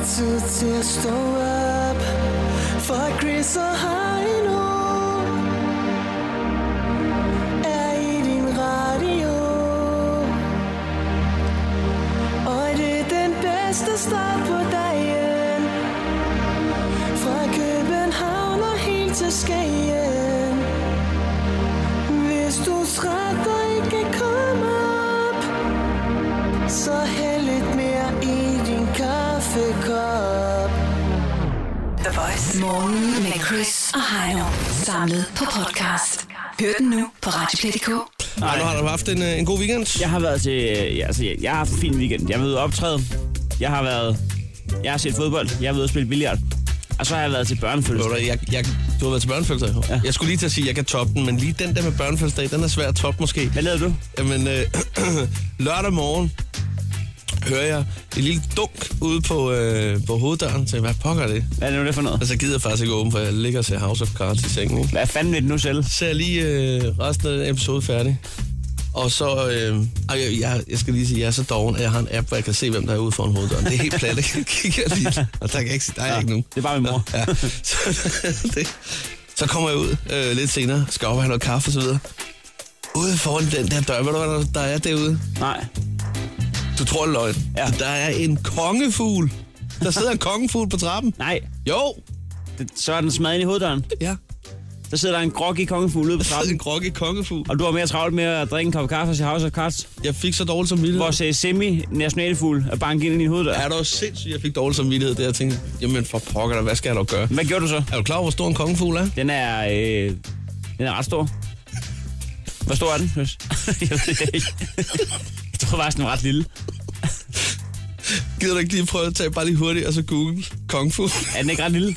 tid til at stå op for Chris og Heino er i din radio. Og det er den bedste start på dagen. Fra København og helt til Skagen. Hvis du er træt og ikke kan komme op, så hæld lidt mere i din kaffekop. The Voice. Morgen med Chris og Heino. Samlet på podcast. Hør den nu på Radioplay.dk. Nej, nu har du haft en god weekend. Jeg har været til... jeg har haft en fin weekend. Jeg har været ude at optræde. Jeg har set fodbold. Jeg har været ude at spille billard. Og så har jeg været til børnefødselsdag. Du har været til børnefødselsdag? Ja. Jeg skulle lige til at sige, at jeg kan toppe den, men lige den der med børnefødselsdag, den er svær at toppe måske. Hvad lavede du? Jamen, lørdag morgen hører jeg et lille dunk ude på hoveddøren. Så hvad pokker det? Hvad er det nu det for noget? Altså, jeg gider faktisk ikke åbne, for jeg ligger og ser House of Cards i sengen. Ikke? Hvad fanden er det nu selv? Så jeg lige resten af episode færdig. Og så, jeg skal lige sige, at jeg er så doven, at jeg har en app, hvor jeg kan se, hvem der er ude foran hoveddøren. Det er helt plat, ikke? Kigger jeg lige, og der kan jeg ikke sige, der er ikke nogen. Det er bare min mor. Ja. Så kommer jeg ud lidt senere, skal op og have noget kaffe og så videre. Ude foran den der dør, ved du hvad der er derude? Nej. Du tror det er løgn. Ja. Der er en kongefugl. Der sidder en kongefugl på trappen. Nej. Jo. Så er den smadret ind i hoveddøren. Ja. Der sidder der en groggy kongefugl ude på trappen. En groggy kongefugl. Og du har mere travlt med at drikke en kop kaffe og se House of Cards. Jeg fik så dårligt samvittighed. Vores semi-nationalfugl er banket ind i din hoveddør. Er du sindssygt, jeg fik dårligt samvittighed der. Jeg tænkte, jamen for pokker, hvad skal jeg dog gøre? Hvad gjorde du så? Er du klar over, hvor stor en kongefugl er? Den er ret stor. Hvor stor er den? Jeg ved det ikke. Jeg tror faktisk, den var ret lille. Gider du ikke lige prøve at tage bare lige hurtigt, og så google kongefugl? Er den ikke ret lille?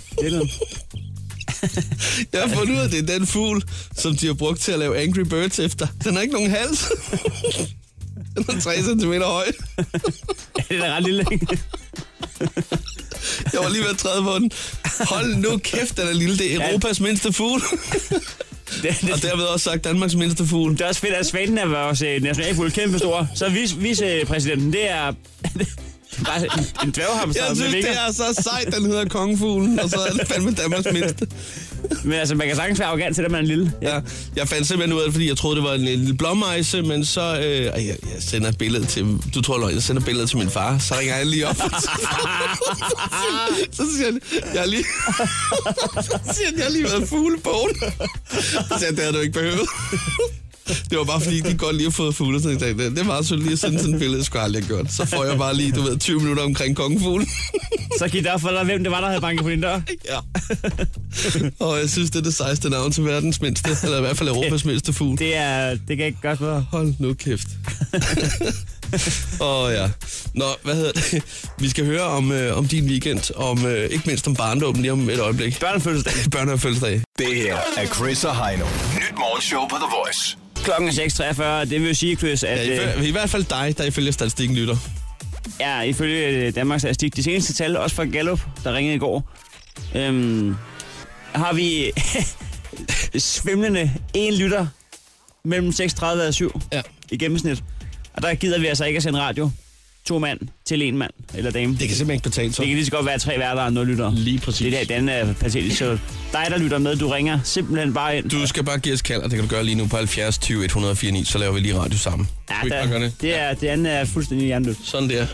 Jeg har fundet ud af, at det er den fugl, som de har brugt til at lave Angry Birds efter. Den har ikke nogen hals. Den er 3 cm høj. Ja, den er ret lille, ikke? Jeg var lige ved at træde på den. Hold nu kæft, den er lille. Det er Europas mindste fugl. Og derved også sagt Danmarks mindste fugl. Det er også fedt, at svanen er vores nationalfugl kæmpe stor. Så vicepræsidenten, det er bare en dværghamster. Jeg synes, det er så sejt, den hedder kongefuglen. Og så er det fandme Danmarks mindste. Men altså, man kan sagtens være arrogant til, at man er lille. Ja, jeg fandt simpelthen ud af det, fordi jeg troede, det var en lille blommejse, men så... jeg sender billedet til... Du tror, jeg sender billedet til min far, så ringer jeg lige op. Så siger han, jeg har lige... Så siger han, jeg har lige været fuglebogen. Så siger han, det havde du ikke behøvet. Det var bare fordi, de godt lige har fået fugle, så jeg tænkte, det er meget sødt lige at sende sådan et billede, det skulle jeg aldrig have gjort. Så får jeg bare lige, 20 minutter omkring kongefuglen. Så gik der for dig, hvem det var, der havde banket på din dør? Ja. Og jeg synes, det er det sejste navn til verdens mindste, eller i hvert fald Europas mindste fugl. Det kan ikke gøre bedre. Hold nu kæft. Ja. Nå, hvad hedder det? Vi skal høre om din weekend, ikke mindst om barndommen lige om et øjeblik. Børnefødselsdag. Det her er Chris og Heino. Nyt morgenshow på The Voice. Klokken er 6.43, det vil jo sige, Chris, at... Ja, i hvert fald dig, der ifølge statistikken lytter. Ja, ifølge Danmarks Statistik. De seneste tal, også fra Gallup, der ringede i går, har vi svimlende 1 lytter mellem 36 og 7 i gennemsnit. Og der gider vi altså ikke at sende radio 2 mand til 1 mand eller dame. Det kan simpelthen ikke betale sig. Det kan lige så godt være 3 værter og 0 lytter. Lige præcis. Det der, den er patetisk. Så dig, der lytter med, du ringer simpelthen bare ind. Du skal bare give os kald, og det kan du gøre lige nu på 70 20 104 9, så laver vi lige radio sammen. Ja, det andet er fuldstændig hjernedødt. Sådan der.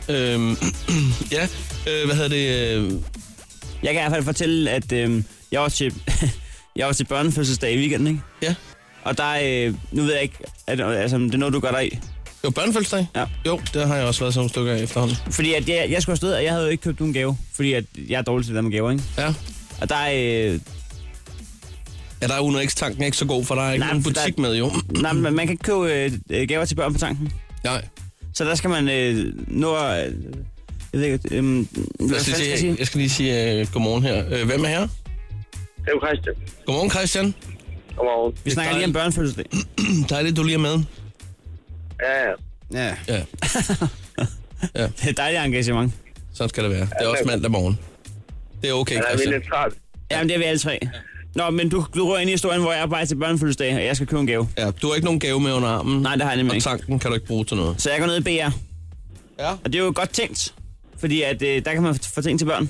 Hvad hedder det? Jeg kan i hvert fald fortælle, at jeg var til børnefødselsdag i weekenden, ikke? Ja. Og der, nu ved jeg ikke, det er noget, du gør dig i. Jo, børnefødselsdag? Ja. Jo, det har jeg også været sådan nogle stykker af efterhånden. Fordi at jeg skulle afsted, og jeg havde jo ikke købt nogen gave. Fordi at jeg er dårlig til det med gaver, ikke? Ja. Og der der er Uno X-tanken ikke så god for dig? Ikke nogen butik med, jo? Nej, men man kan ikke købe gaver til børn på tanken. Nej. Så der skal man nå... Jeg ved ikke... jeg skal lige sige godmorgen her. Hvem er her? Det er jo Christian. Godmorgen, Christian. Godmorgen. Vi snakker lige om børnefødselsdag. Dejligt, du lige er med. Ja. Ja. Det er dejligt engagement. Sådan skal det være. Det er også mandag morgen. Det er okay, Christian. Jeg er lidt træt. Jamen, det er vi alle 3. Nå, men du rører ind i historien, hvor jeg er bare til børnefødselsdag, og jeg skal købe en gave. Ja, du har ikke nogen gave med under armen. Nej, det har jeg nemlig ikke. Og tanken kan du ikke bruge til noget. Så jeg går ned i BR. Ja. Og det er jo godt tænkt. Fordi at, der kan man få ting til børn.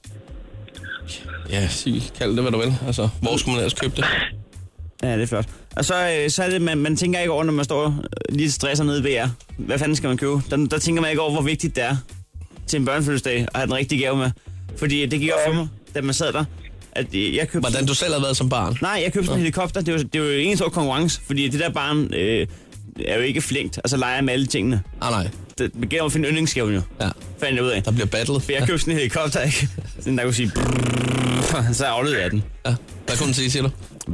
Ja, kald det, hvad du vil. Altså, hvor skulle man ellers købe det? Ja, det er flot. Og så er det, man tænker ikke over, når man står lige stresser nede i VR. Hvad fanden skal man købe? Der tænker man ikke over, hvor vigtigt det er til en børnefødselsdag at have den rigtige gave med. Fordi det gik op for mig, da man sad der. At jeg købte Hvordan du selv har været som barn? Nej, jeg købte sådan en helikopter. Det er jo en stor konkurrence, fordi det der barn er jo ikke flinkt, og så leger med alle tingene. Nej. Det gælder at finde yndlingsgaven jo. Ja. Fandt jeg ud af. Der bliver battlet. For jeg købte sådan en helikopter, ikke? Sådan der kunne sige så aflevede jeg den. Ja, der kunne den sige, siger du?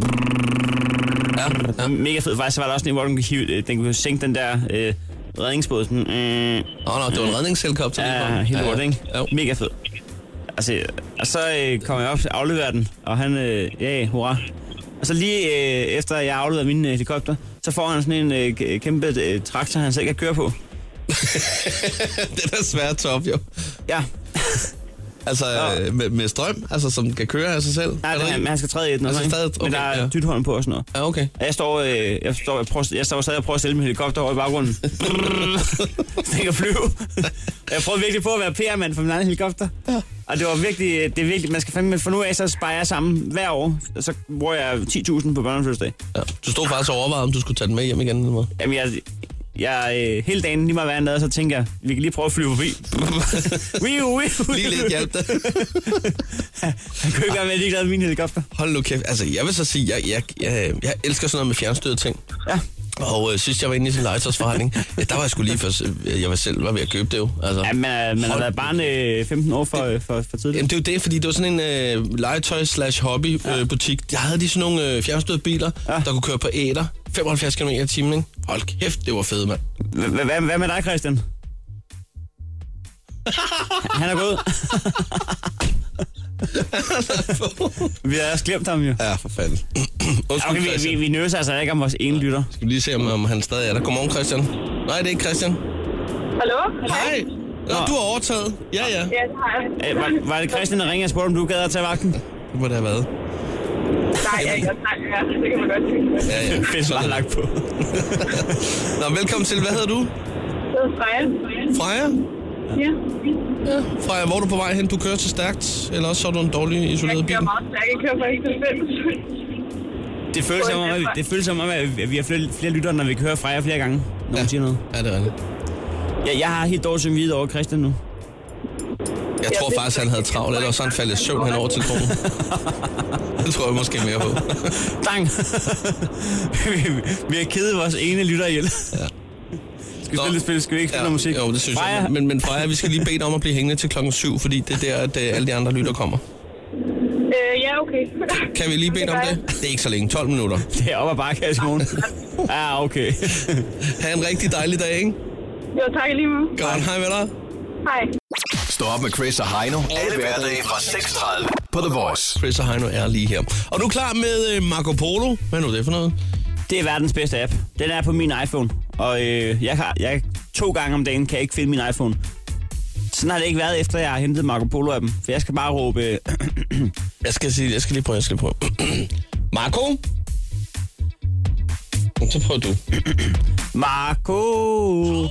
Ja. Mega fed. Faktisk var der også en, hvor den kunne sænke den der redningsbåd. Sådan, det var en redningshelikopter. Ja, helt lort, ikke? Mega fed. Altså, og så kom jeg op og afleverede den, og han, hurra. Og så lige efter jeg afleverede min helikopter, så får han sådan en kæmpe traktor, han selv kan køre på. Det er svært top, jo. Ja. Altså med strøm, altså som kan køre af sig selv? Nej, han skal træde i den, okay, men der er dythånd på og sådan noget. Ja, okay. Jeg står stadig og prøver at stille med helikopter over i baggrunden. Så jeg flyve. Jeg prøvede virkelig på at være PR-mand for min egen helikopter. Ja. Og det er virkelig, man skal fandme for nu af, så sparer jeg sammen hver år. Så bruger jeg 10.000 på børnefødselsdag. Ja. Du stod faktisk og overvejede, om du skulle tage den med hjem igen? Eller? Jamen, jeg hele dagen lige meget hvad så tænker jeg, vi kan lige prøve at flyve forbi. Lige lidt hjælp dig. Han kunne ikke være med, ligeglad med min helikopter. Hold nu kæft. Altså, jeg vil så sige, jeg elsker sådan noget med fjernstyrede ting. Ja. Og sidst jeg var inde i sin legetøjsforretning, der var jeg sgu lige jeg selv var ved at købe det jo. Altså, ja, man har været barn 15 år for tidligt. Jamen, det er jo det, fordi det var sådan en legetøj/hobby-butik. Der havde de sådan nogle fjernstyrede biler, der kunne køre på æder. 75 km i timen, ikke? Hold kæft, det var fedt, mand. Hvad med dig, Christian? Han er gået. Vi har også glemt ham jo. Ja, for fanden. Okay, vi nøser altså ikke om vores ene lytter. Skal vi lige se, om han stadig er der. Godmorgen, Christian. Nej, det er ikke Christian. Hallo? Hej. Nå, du har overtaget. Ja. Ja, det har jeg. Var det Christian, der ringede og spurgte, om du gad at tage vagten? Det må det have været. Nej, det kan man godt sige. Ja. Fedt, bare lagt på. Nå, velkommen til. Hvad hedder du? Det hedder Freja. Freja? Ja. Ja. Freja, hvor er du på vej hen? Du kører til stærkt, eller også så er du en dårlig isoleret bil? Jeg kører meget stærkt. Jeg kører faktisk til 5. Det føles som om, at vi har flere lyttere, når vi kører Freja flere gange, når man siger noget. Ja, det er rigtigt. Ja, jeg har helt dårligt samvittighed over Christian nu. Jeg tror faktisk, han havde travlt, eller så han faldt i søvn hen over telefonen. Det tror jeg måske mere på. Dang! Vi har kedet vores ene lytter ihjel. Ja. Skal vi ikke spille noget musik? Jo, det synes jeg. Men Freja, vi skal lige bede dig om at blive hængende til 7:00, fordi det er der, at alle de andre lytter kommer. Ja, okay. Kan vi lige bede om det? Det er ikke så længe. 12 minutter. Det er op ad bakke, Simon. Ja, okay. Ha' en rigtig dejlig dag, ikke? Jo, tak lige med. Godt, hej med dig. Hej. Stå op med Chris og Heino. Alle hverdage fra 6:30 på The Voice. Chris og Heino er lige her. Og du er klar med Marco Polo? Hvad er nu det for noget? Det er verdens bedste app. Den er på min iPhone. Og jeg 2 gange om dagen kan jeg ikke finde min iPhone. Sådan har det ikke været, efter jeg har hentet Marco Polo-appen. For jeg skal bare råbe... Jeg skal lige prøve. Marco? Så prøver du. Marco!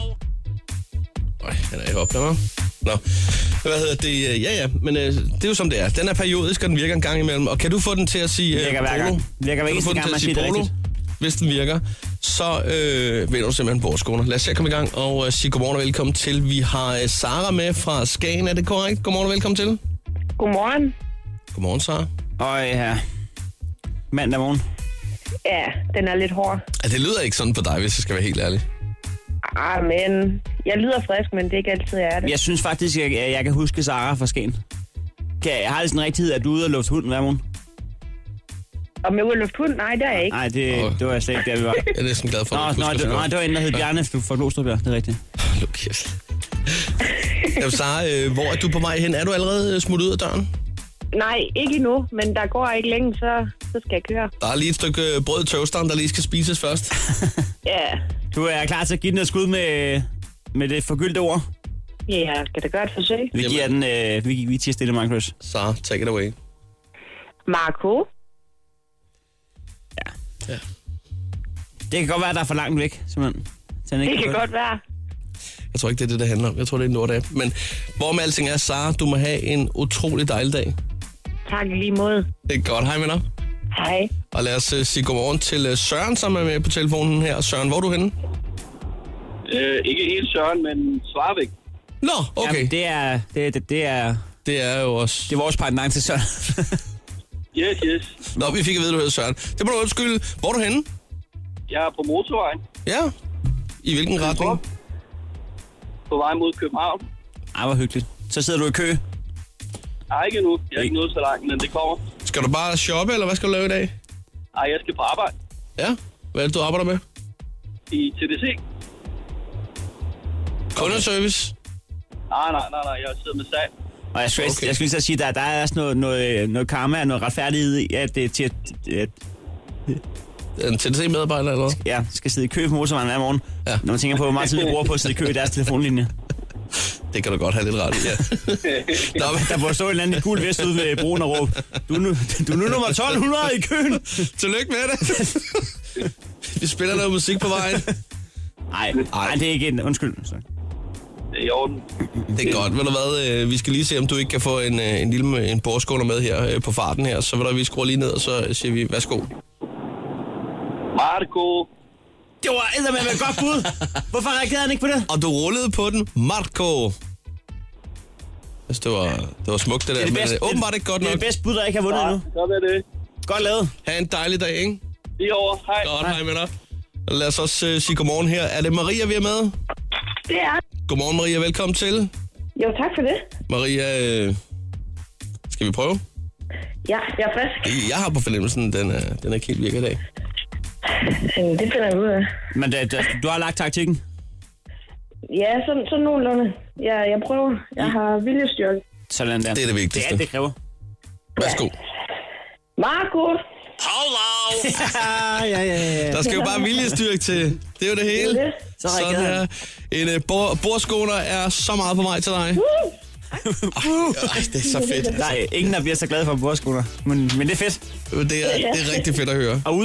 Han er ikke oppe med mig. Nå, hvad hedder det? Ja, men det er jo som det er. Den er periodisk, og den virker en gang imellem. Og kan du få den til at sige virker hver polo? Gang. Virker hver eneste gang, man siger det rigtigt. Hvis den virker, så vinder du simpelthen bordsskoene. Lad os se at komme i gang og sige godmorgen og velkommen til. Vi har Sara med fra Skagen. Er det korrekt? Godmorgen og velkommen til. Godmorgen. Godmorgen, Sara. Og ja, mandag morgen. Ja, den er lidt hård. Det lyder ikke sådan på dig, hvis jeg skal være helt ærlig. Men jeg lyder frisk, men det er ikke altid, jeg er det. Jeg synes faktisk, at jeg kan huske Sara fra Skagen. Jeg har det sådan rigtighed, at du er ude og lufte hunden hver morgen. Og med ude at lufte hunden? Nej, det er jeg ikke. Nej, det var jeg slet ikke der, vi var. Jeg er næsten glad for, at det var en, der hed Bjarne fra Glostrup, det er rigtigt. Lukas. Sara, hvor er du på vej hen? Er du allerede smuttet ud af døren? Nej, ikke endnu, men der går ikke længe, så skal jeg køre. Der er lige et stykke brød i toasteren, der lige skal spises først. Ja. Du er klar til at give den et skud med det forgyldte ord? Ja, skal da gøre et forsøg. Vi giver den, vi tiger stille, Marcus. Så, take it away. Marco? Ja. Det kan godt være, at der er for langt væk, simpelthen. Det kan godt være. Jeg tror ikke, det er det handler om. Jeg tror, det er en lortdag. Men hvorom alting er, Sara, du må have en utrolig dejlig dag. Tak i lige måde. Det er godt. Hej med dig. Hej. Og lad os sige godmorgen til Søren, som er med på telefonen her. Søren, hvor er du henne? Ikke helt Søren, men Svarvæk. Nå, okay. Jamen, Det er jo også... det er vores partner til Søren. Yes. Nå, vi fik at vide, du hedder Søren. Det må du undskylde. Hvor er du henne? Jeg er på motorvejen. Ja. I hvilken retning? På vej mod København. Ej, hvor hyggeligt. Så sidder du i kø. Nej, ikke endnu. Jeg er ikke nået så langt, men det kommer. Skal du bare shoppe, eller hvad skal du lave i dag? Nej, jeg skal på arbejde Ja. Hvad er det, du arbejder med? i TDC. Kundeservice? Nej. Jeg sidder med salg. Og jeg skulle Okay. lige så sige, at der er også noget karma og noget retfærdighed i, at det En TDC-medarbejder, eller hvad? ja, skal sidde i kø på motorvejen hver morgen. Ja. Når man tænker på, hvor meget tid vi bruger på at sidde i kø i deres telefonlinje. Det kan du godt have lidt ret i, ja. Nå, men, Der burde stå en eller anden gul vest ude ved broen og råbe, du er nu nummer 1200 i køen. tillykke med det. Vi spiller noget musik på vejen. Nej, det er ikke en undskyld. Så. Det er i orden. Det er godt. Ved du hvad, vi skal lige se, om du ikke kan få en lille bordskåler med her på farten her. Så vil der, vi skruer lige ned, og så siger vi, værsgo. Marco. Det var eddermame et godt bud. Hvorfor reagerede han ikke på det? Og du rullede på den, Marco. Altså, det var smukt, det der. Men åbenbart ikke godt Det er nok. det bedste bud, der ikke har vundet endnu. Så er det. Godt lavet. Ha' en dejlig dag, ikke? Lige over. Hej. Godt, hej med dig. Lad os også sige godmorgen her. Er det Maria, vi er med? Det er. Godmorgen, Maria. Velkommen til. Jo, tak for det. Maria, skal vi prøve? Ja, jeg er frisk. Jeg har på fornemmelsen, den er ikke helt virket i dag. Det finder jeg ud af. Men du har lagt taktikken. Ja, sådan nogenlunde. Jeg prøver. Jeg har viljestyrke. Sådan der. Det er det vigtigste. Det er alt, det kræver. Værsgo. Marco. Ja. Der skal jo bare viljestyrke til. Det er jo det hele. Det er det. Så Sådan reagerede her. han. En bordskåner er så meget på vej til dig. Ej, det er så fedt. Der er ingen, der bliver så glad for bordskoler. Men det er fedt. Det er rigtig fedt at høre. Og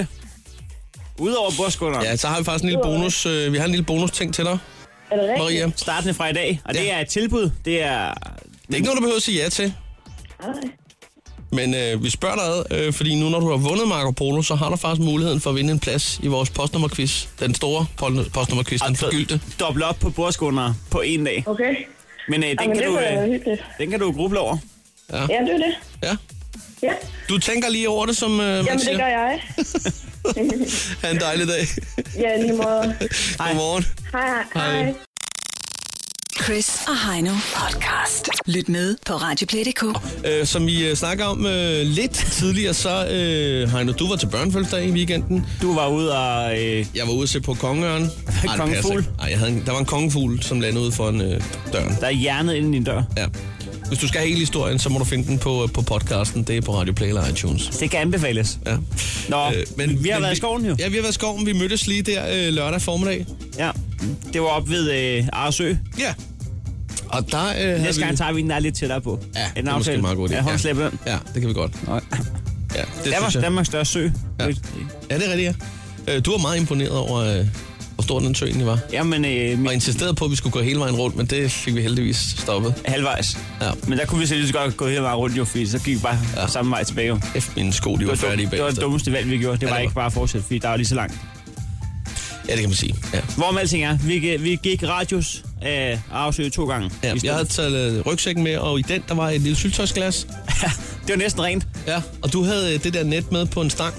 udover bordskoler, Ja, så har vi faktisk en lille bonus. Vi har en lille bonus ting til dig, Er det rigtigt? Maria. startende fra i dag. Og det Ja. er et tilbud. Det er... Det er ikke noget, du behøver at sige ja til. Nej. Men vi spørger dig, fordi nu når du har vundet Marco Polo, så har du faktisk muligheden for at vinde en plads i vores postnummerquiz. Den store postnummerquiz, den forgyldte. Dobbelt op på bordskoler på en dag. Okay. Men Jamen, det er hyggeligt. den kan du gruble over. Ja, det er det. Ja. Ja. Du tænker lige over det, som man Jamen, det siger. gør jeg. Ha' en dejlig dag. Ja, lige måde. Godmorgen. Hej. Chris og Heino podcast. Lyt med på Radioplay.dk. Som vi snakker om lidt tidligere, så Heino, du var til børnefødselsdag i weekenden. Du var ude og... Jeg var ude at se på kongeørn. Kongefugl? Nej, der var en kongefugl, som landede ude foran døren. Der er hjernet inden din dør. Ja. Hvis du skal have hele historien, så må du finde den på podcasten. Det er på Radio Play eller iTunes. Det kan anbefales. Ja. Nå, men vi har været i skoven jo. Ja, vi har været i skoven. Vi mødtes lige der lørdag formiddag. Ja, det var op ved Arsø. Ja. Og der Næste gang tager vi den der lidt tættere på. Ja, en det er måske en meget god idé. Ja, håndslæbe den. Ja, det kan vi godt. Nej. Ja, det synes jeg. Danmarks største sø. Ja. Ja, det er rigtigt, ja. Du var meget imponeret over, hvor stor den sø egentlig var. Jamen, Og insisterede på, at vi skulle gå hele vejen rundt, men det fik vi heldigvis stoppet. halvvejs. Ja. Men der kunne vi så lige så godt gå hele vejen rundt jo, fordi så gik vi bare samme vej tilbage jo. Efter mine sko, de var færdige Det var det bagefter. dummeste valg, vi gjorde. Det var det ikke bare at fortsætte, fordi der var lige så langt. Ja, det kan man sige. Ja. Hvorom alting er, vi gik radius af Arsø 2 gange. Ja, jeg havde taget rygsækken med, og i den, der var et lille syltøjsglas. Det var næsten rent. Ja, og du havde det der net med på en stang.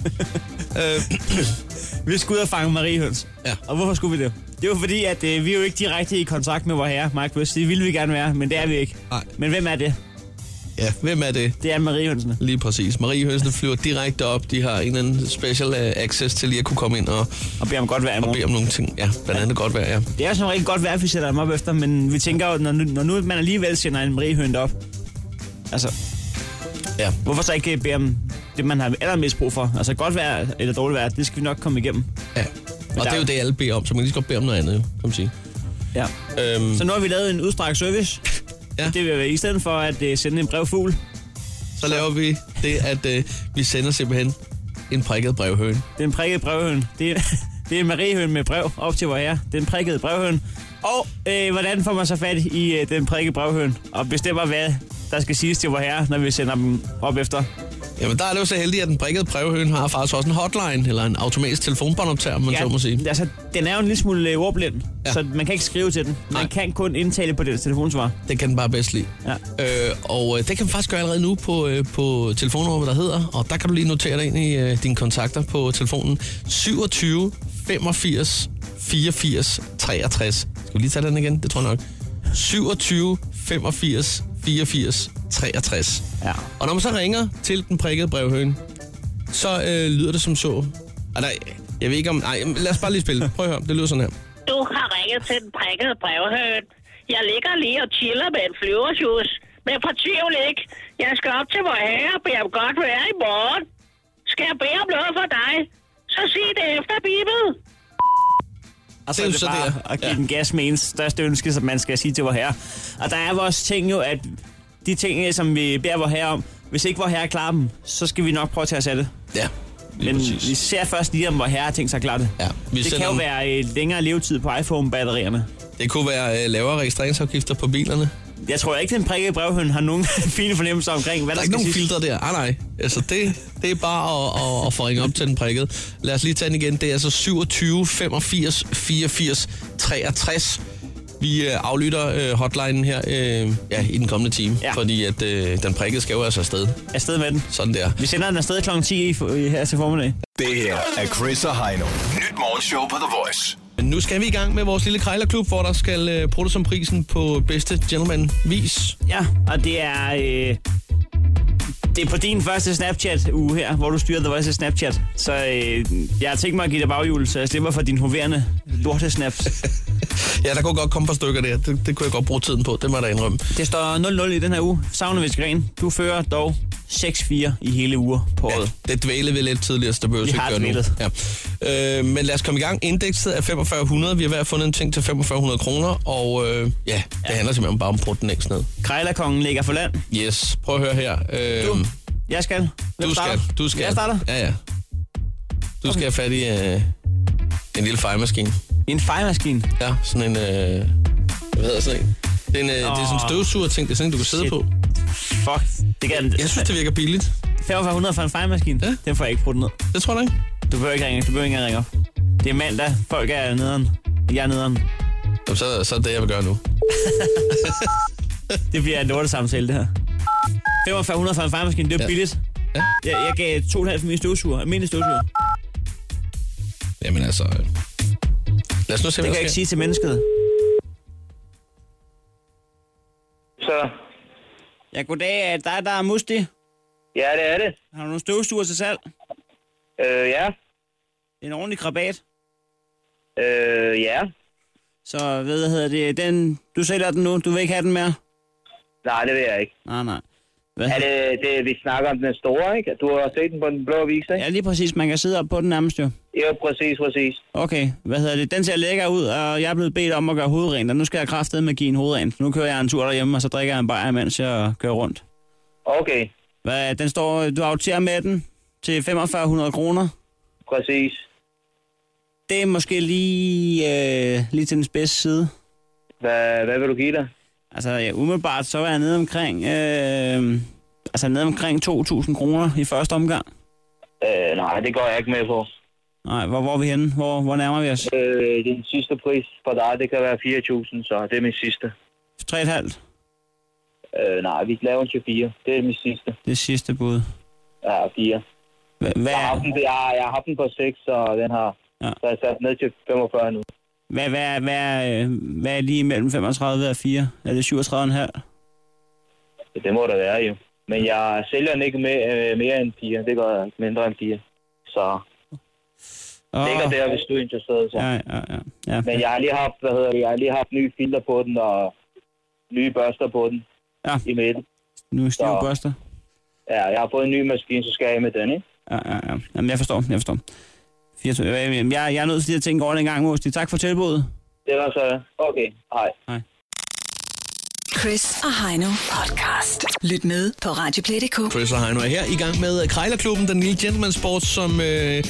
Vi skulle ud og fange mariehøns. Ja. Og hvorfor skulle vi det? Det var fordi, at vi er jo ikke direkte i kontakt med vor herre, Mark Bøs. Det ville vi gerne være, men det er vi ikke. Nej. Men hvem er det? Ja, hvem er det? Det er mariehønsene. Lige præcis. Mariehønsene flyver direkte op. De har en eller anden special access til lige at kunne komme ind og Og beder om godt vejr i bede morgen. om nogle ting. Ja, blandt andet godt vejr, ja. Det er sådan rigtig godt vejr, vi sætter dem op efter, men vi tænker jo, når nu man alligevel sender en mariehøne op, altså, Ja, hvorfor så ikke bede om det, man har allermest brug for? Altså godt vejr eller dårligt vejr, det skal vi nok komme igennem. ja. Og det er jo det, alle beder om, så man kan lige så godt bede om noget andet, jo, kan man sige. Ja. Så nu har vi lavet en udstrakt service. Ja. Det vil være i stedet for at sende en brevfugl. Så laver vi det, at vi sender simpelthen en prikket brevhøne. Det er en prikket brevhøne. Det Det er Mariehøn med brev op til vor herre. Den prikkede brevhøn. Og hvordan får man så fat i den prikkede brevhøn? Og bestemmer, hvad der skal siges til vor herre, når vi sender dem op efter. Jamen, der er det jo så heldigt, at den prikkede brevhøn har faktisk også en hotline, eller en automatisk telefonbåndoptager, man så må sige. Altså, den er jo en lille smule ordblind, så man kan ikke skrive til den. Man kan kun indtale på det telefonsvar. Det kan den bare bedst lide. Ja. Og det kan man faktisk gøre allerede nu på telefonnummeret, der hedder, og der kan du lige notere dig ind i dine kontakter på telefonen 27 85 84 63. Skal vi lige tage den igen? Det tror jeg nok. 27 85 84 63. Ja. Og når man så ringer til den prikkede brevhøn, så lyder det som så. Jeg ved ikke om... Nej, lad os bare lige spille. Prøv at høre. Det lyder sådan her. Du har ringet til den prikkede brevhøn. Jeg ligger lige og chiller med en flyvershus. Men fortvivl ikke. Jeg skal op til vor herre og bede om godt vejr i morgen. Skal jeg bede om noget for dig? Så sig det efter, Bibel. Og så er det bare at give den gas med ens største ønske, som man skal sige til vor herre. Og der er vores ting jo, at de ting, som vi beder vor herre om, hvis ikke vor herre klarer dem, så skal vi nok prøve til at sætte det. Ja, men præcis. Vi ser først lige, om vor herre har tænkt sig at klare det. Ja, det kan jo være længere levetid på iPhone-batterierne. Det kunne være lavere registreringsafgifter på bilerne. Jeg tror ikke, den prikkede brevhøn har nogen fine fornemmelser omkring, hvad der skal siges. Der er ikke nogen filtre der. Nej. Altså, det er bare at få ringe op til den prikkede. Lad os lige tage den igen. Det er altså 27 85 84 63. Vi aflytter hotlinen her i den kommende time, fordi at den prikkede skal jo altså afsted. Afsted med den. Sådan der. Vi sender den afsted kl. 10 her til formiddag. Det her er Chris og Heino. Nyt morgenshow på The Voice. Nu skal vi i gang med vores lille krejlerklub, hvor der skal bruges som prisen på bedste gentleman-vis. Ja, og det er... Det er på din første Snapchat-uge her, hvor du styrer The Voice Snapchat. Så jeg har tænkt mig at give dig baghjul, så jeg slipper for din hoverende lortesnaps. Ja, der kunne godt komme et par stykker der. Det kunne jeg godt bruge tiden på, det må jeg da indrømme. Det står 0-0 i den her uge. Savner vi Gren. Du fører dog 6-4 i hele uger på året. Ja, det dvæler vi lidt tidligere, så det behøver ikke gøre nu. Ja. Men lad os komme i gang. Indekset er 4500. Vi har været fundet en ting til 4500 kroner, og det handler simpelthen bare om prutten ekstra ned. Krejlerkongen ligger for land. Yes, prøv at høre her. Jeg skal. Du skal. Jeg starter? Ja. Du skal have fat i en lille fejemaskine. En fejemaskine? Ja, sådan en... hvad hedder sådan en? Det er sådan en støvsuger-ting. Det er sådan en, du kan sidde på. Fuck. Jeg synes, det virker billigt. 4500 for en fejemaskine? Ja. Den får jeg ikke brugt ned. Det tror du ikke? Du behøver ikke engang ringe op. Det er mandag. Folk er nederen. Jeg er nederen. Så er det, jeg vil gøre nu. Det bliver en lortesamtale, det her. 4500 for en fejemaskine, det er billigt. Ja. Jeg gav 2,5 for min støvsuger. Almindelig støvsuger. Jamen altså... Lad os nu se, det kan jeg ikke sige til mennesket. Så. Ja, goddag. Er dig, der er Musti? Ja, det er det. Har du nogle støvsuger til salg? Ja. En ordentlig krabat? Ja. Så hvad hedder det? Den, du sælger den nu? Du vil ikke have den mere? Nej, det vil jeg ikke. Nej. Er det, vi snakker om den store, ikke? Du har set den på den blå avis, ikke? Ja, lige præcis. Man kan sidde op på den nærmest, jo. Ja, præcis. Okay, hvad hedder det? Den ser lækker ud, og jeg er blevet bedt om at gøre hovedrent, og nu skal jeg kraftedeme give en hovedrent. Nu kører jeg en tur derhjemme, og så drikker jeg en bajer, mens jeg kører rundt. Okay. Den står, du aftager med den til 4500 kroner. Præcis. Det er måske lige til den bedste side. Hvad vil du give dig? Altså, umiddelbart så er jeg nede omkring 2.000 kroner i første omgang. Nej, det går jeg ikke med på. Nej, hvor er vi henne? Hvor nærmer vi os? Den sidste pris for dig, det kan være 4.000, så det er min sidste. 3,5? Nej, vi laver en 24. Det er min sidste. Det er sidste bud. Ja, 4. Jeg har haft den på 6, så den har... Ja. Så jeg sat ned til 45 nu. Hvad er lige mellem 35 og 4? Er det 37,5? Det må der være jo. Men jeg sælger den ikke med mere end 4. Det gør jeg mindre end 4. Så det ligger der, hvis du er interesseret. Så. Ja. Men jeg har lige haft, nye filter på den og nye børster på den i midten. Nye stive børster? Ja, jeg har fået en ny maskine, så skal jeg med den, ikke? Ja. Jamen, jeg forstår. Jeg er nødt til at tænke over det en gang, Musti. Tak for tilbuddet. Det var så. Okay, hej. Chris og Heino podcast. Lyt med på Radioplay.dk. Chris og Heino er her i gang med Krejlerklubben, den lille gentleman sport, som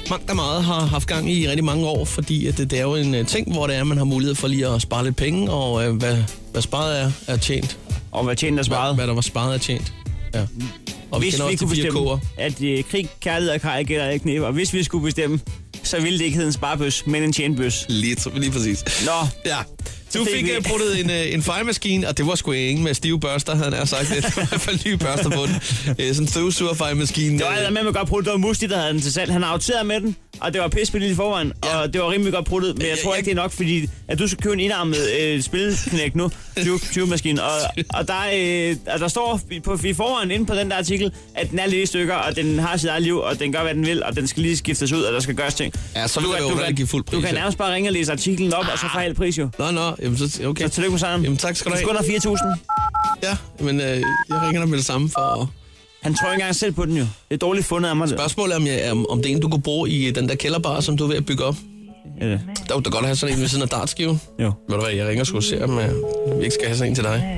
Mangt og meget har haft gang i rigtig mange år, fordi at det er jo en ting, hvor det er, man har mulighed for lige at spare lidt penge, og hvad sparet er tjent. Og hvad tjent er sparet. Hvad der var sparet er tjent. Ja. Og hvis vi kunne bestemme, at krig, kærlighed og kaj gælder ikke knæb, og hvis vi skulle bestemme, så ville det ikke hedde en sparebøs, men en tjenbøs. Lige præcis. Nå. Ja. Du fik bruttet en fejemaskine, og det var sgu ingen med stive børster, havde han sagt. Det var i hvert fald nye børster på den. Sådan en støvsugerfejemaskine. Det var med at godt brudt. Det var Musti, der havde den til salg. Han afteret med den, og det var pisspilligt i forvejen. Ja. Og det var rimelig godt bruttet, men jeg tror ikke, det er nok, fordi at du skal købe en indarmet spilknæk nu. 20-maskine. Og der står i forvejen inde på den der artikel, at den er lidt i stykker, og den har sit eget liv, og den gør, hvad den vil, og den skal lige skiftes ud, og der skal gøres ting. Ja, så vil jeg give fuld pris. Du kan nærmest bare ringe og læse artiklen op, og så få halv pris jo. Nå, jamen så okay. Så tillykke med sammen. Jamen tak skal du have. Du skal under 4.000. Ja, men jeg ringer dig med det samme for... Han tror ikke engang selv på den jo. Det er dårligt fundet af mig. Spørgsmålet er, om det er en, du kunne bruge i den der kælderbar, som du er ved at bygge op. Ja. Der kunne da godt have sådan en ved siden af dartskiven. Jo. Ved du hvad, jeg ringer og skulle se, om vi ikke skal have sådan en til dig.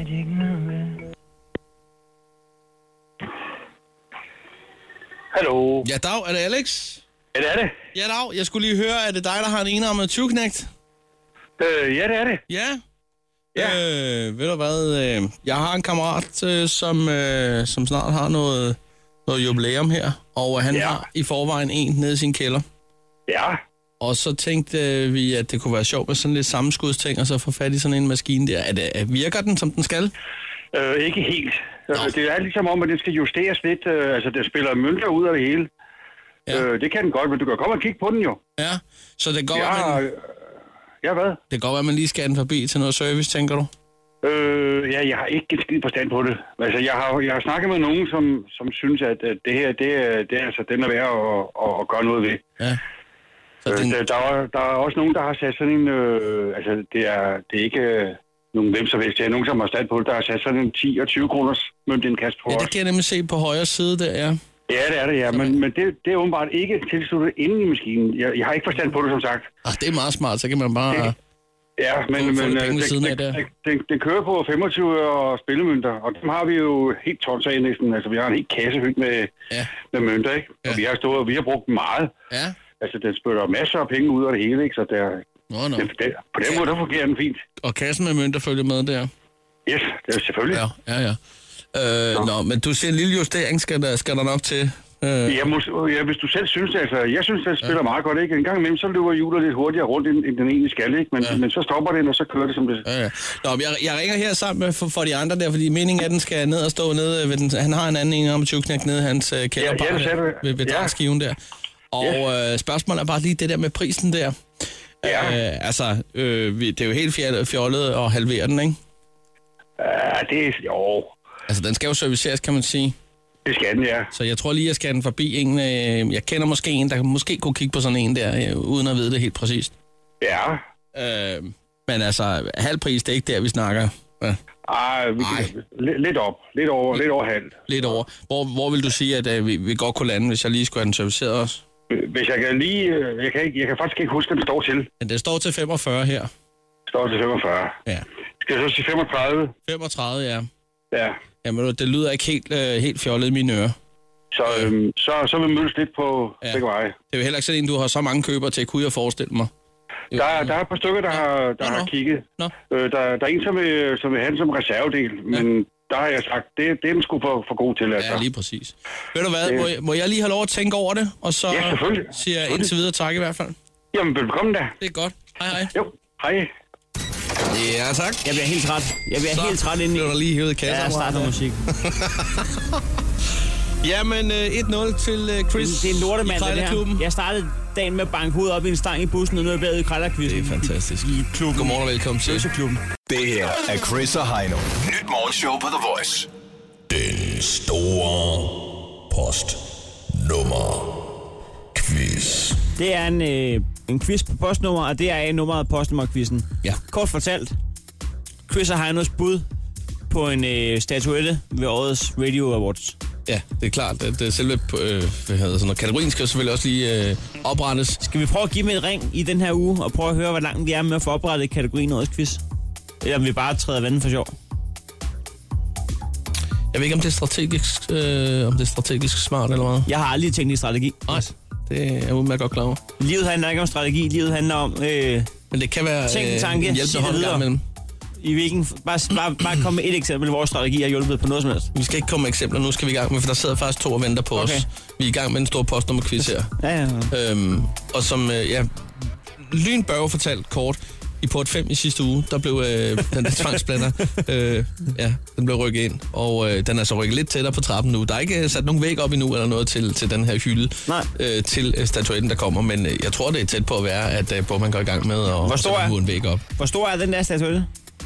Hallo. Ja, dag. Er det Alex? Ja, det er det. Ja, dag. Jeg skulle lige høre, er det dig, der har en enarmet 20-knægt? Ja, det er det. Ja? Ja. Ved du hvad, jeg har en kammerat, som snart har noget jubilæum her, og han har i forvejen en nede i sin kælder. Ja. Og så tænkte vi, at det kunne være sjovt med sådan lidt sammenskuddsting, og så få fat i sådan en maskine der. Virker den, som den skal? Ikke helt. Det er ligesom om, at det skal justeres lidt. Altså, det spiller mønter ud af det hele. Ja. Det kan den godt, men du kan komme og kigge på den jo. Ja, så det går, Ja, hvad? Det går, at man lige skal den forbi til noget service, tænker du? Ja, jeg har ikke en skid forstand på det. Altså, jeg har snakket med nogen, som synes, at det her, det er altså den er værd at gøre noget ved. Ja. Så der er også nogen, der har sat sådan en... altså, det er ikke nogen hvem som helst. Det er nogen, som har sat på det, der har sat sådan en 10 og 20 kroners møntindkast på os. Ja, det kan jeg nemlig se på højre side der, ja. Ja, det er det, ja. Men det er åbenbart ikke tilsluttet inde i maskinen. Jeg har ikke forstand på det, som sagt. Det er meget smart, så kan man bare... Ja, men den kører på 25 og spillemønter, og dem har vi jo helt tons af næsten. Altså, vi har en helt kasse fyldt med mønter, ikke? Og vi har brugt meget. Ja. Altså, den spytter masser af penge ud af det hele, ikke? Så på den måde, der fungerer den fint. Og kassen med mønter følger med der? Yes, det er selvfølgelig. Ja. Men du siger en lille justering, skal der nok til? Ja, hvis du selv synes det. Altså, jeg synes, det spiller meget godt, ikke? En gang imellem, så løber hjulet lidt hurtigere rundt, end den egentlig skal, ikke? Men så stopper den, og så kører det, som det... Ja. Nå, jeg ringer her sammen med for de andre der, fordi meningen er, at den skal ned og stå nede ved den... Han har en anden en om 20-knæk nede i hans kælderbar ved dragskiven der. Og spørgsmålet er bare lige det der med prisen der. Det er jo helt fjollet at halvere den, ikke? Det er... Jo... Altså, den skal jo serviceres, kan man sige. Det skal den, ja. Så jeg tror lige, jeg skal den forbi en... jeg kender måske en, der måske kunne kigge på sådan en der, uden at vide det helt præcist. Ja. Men altså, halvpris, det er ikke der, vi snakker. Ja. Lidt op. Lidt over halvt. Lidt over. Hvor vil du sige, at vi godt kunne lande, hvis jeg lige skulle have den serviceret også? Hvis jeg kan lige... Jeg kan faktisk ikke huske, at den står til. Men det står til 45 her. Det står til 45. Ja. Skal jeg så sige 35? 35, ja. Ja. Jamen, det lyder ikke helt fjollet i mine ører. Så vil vi mødes lidt på begge veje. Det er jo heller ikke sådan en, du har så mange køber til, kunne jeg forestille mig. Der er et par stykker, der har kigget. Der er en, som vil have den som reservedel, men der har jeg sagt, det er den sgu for god til. Altså. Ja, lige præcis. Ved du hvad, må jeg lige have lov at tænke over det, og så siger jeg indtil videre tak i hvert fald. Jamen, velkommen da. Det er godt. Hej. Jo, hej. Ja, tak. Jeg bliver helt træt. Helt træt indeni. Så bliver der lige hævet kassen. Ja, jeg starter musik. Jamen, 1-0 til Chris. Det er en lortemand, det her. Jeg startede dagen med at banke hovedet op i en stang i bussen, og nu er jeg bedre i krejlerkvisten. Det er fantastisk. I klubben. Godmorgen og velkommen til klubben. Det her er Chris og Heino. Nyt morgenshow på The Voice. Den store postnummer quiz. Det er en quiz på postnummer, og det er nummeret postnummer-quizzen. Ja. Kort fortalt, Chris og Heinos bud på en statuette ved årets Radio Awards. Ja, det er klart. Det selve kategorien skal selvfølgelig også lige oprettes. Skal vi prøve at give dem et ring i den her uge, og prøve at høre, hvor langt vi er med at få oprettet kategorien årets quiz? Eller om vi bare træder vandet for sjov? Jeg ved ikke, om det er strategisk smart eller hvad. Jeg har aldrig tænkt i strategi. Nej. Det er jeg udmærket godt klar over. Livet handler ikke om strategi, livet handler om... Men det kan være tanke, en hjælpende hånd imellem. I hvilken... Bare komme med et eksempel, hvor vores strategi har hjulpet på noget som helst. Vi skal ikke komme med eksempler, nu skal vi i gang med, for der sidder faktisk 2 og venter på os. Vi er i gang med en stor postnummerquiz her. Ja. Og som, Lyn Børge fortalt kort, i port 5 i sidste uge, der blev den der tvangsblænder, den blev rykket ind, og den er så rykket lidt tættere på trappen nu. Der er ikke sat nogen væg op endnu, eller noget til den her hylde, til statuetten, der kommer, men jeg tror, det er tæt på at være, at man går i gang med at sætte en væg op. Hvor stor er den der statuette?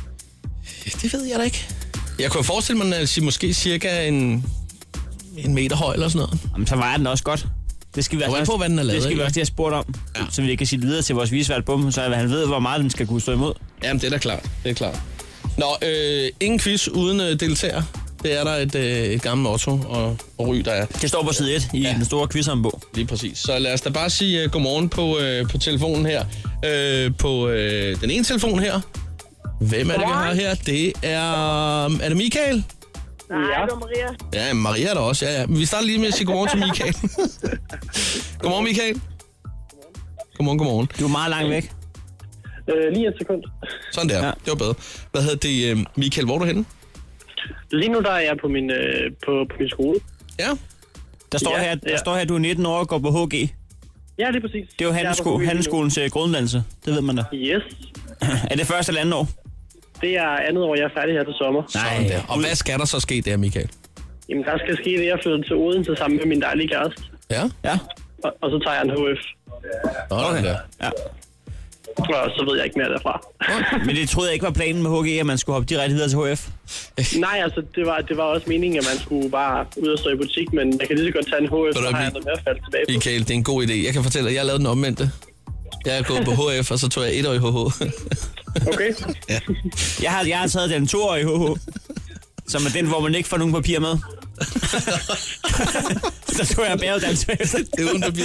Det ved jeg da ikke. Jeg kunne forestille mig, at måske cirka en meter høj eller sådan noget. Jamen, så vejer den også godt. Det skal vi også, på, hvad den er lavet, det skal vi også have spurgt om, så vi kan sige videre til vores visvært bum, så han ved, hvor meget den skal kunne stå imod. Jamen, det er da klart. Det er klart. Nå, ingen quiz uden deltager. Det er der et gammelt motto og ry, der er. Det står på side 1 i den store quizhåndbog. Lige præcis. Så lad os da bare sige godmorgen på telefonen her. På den ene telefon her. Hvem er det, vi har her? Det er det Michael? Nej, det er Maria. Ja, Maria er der også. Ja. Vi starter lige med at sige godmorgen til Michael. Godmorgen, Michael. Godmorgen. Du er meget langt væk. Lige et sekund. Sådan der. Ja. Det var bedre. Hvad hedder det, Michael? Hvor er du henne? Lige nu der er jeg på min skole. Ja. Der står her, at du er 19 år og går på HG. Ja, det er præcis. Det er jo handelsskolens grunduddannelse. Det ved man da. Yes. Er det første eller andet år? Det er andet år, jeg er færdig her til sommer. Nej. Og hvad skal der så ske der, Michael? Jamen, der skal ske det, jeg flytter til Odense sammen med min dejlige kæreste. Ja? Ja. Og så tager jeg en HF. Okay. Ja. Og så ved jeg ikke mere derfra. Men det troede jeg ikke var planen med HG, at man skulle hoppe direkte videre til HF. Nej, altså det var også meningen, at man skulle bare ud og stå i butik, men jeg kan lige så godt tage en HF, så har jeg noget mere at falde tilbage på. Michael, det er en god idé. Jeg kan fortælle, at jeg lavede den omvendte. Jeg er gået på HF, og så tog jeg 1 år i HH. Okay. Ja. Jeg har taget den 2-årige HH, som er den, hvor man ikke får nogen papir med. Så tog jeg bæredans med. Det er uden papir.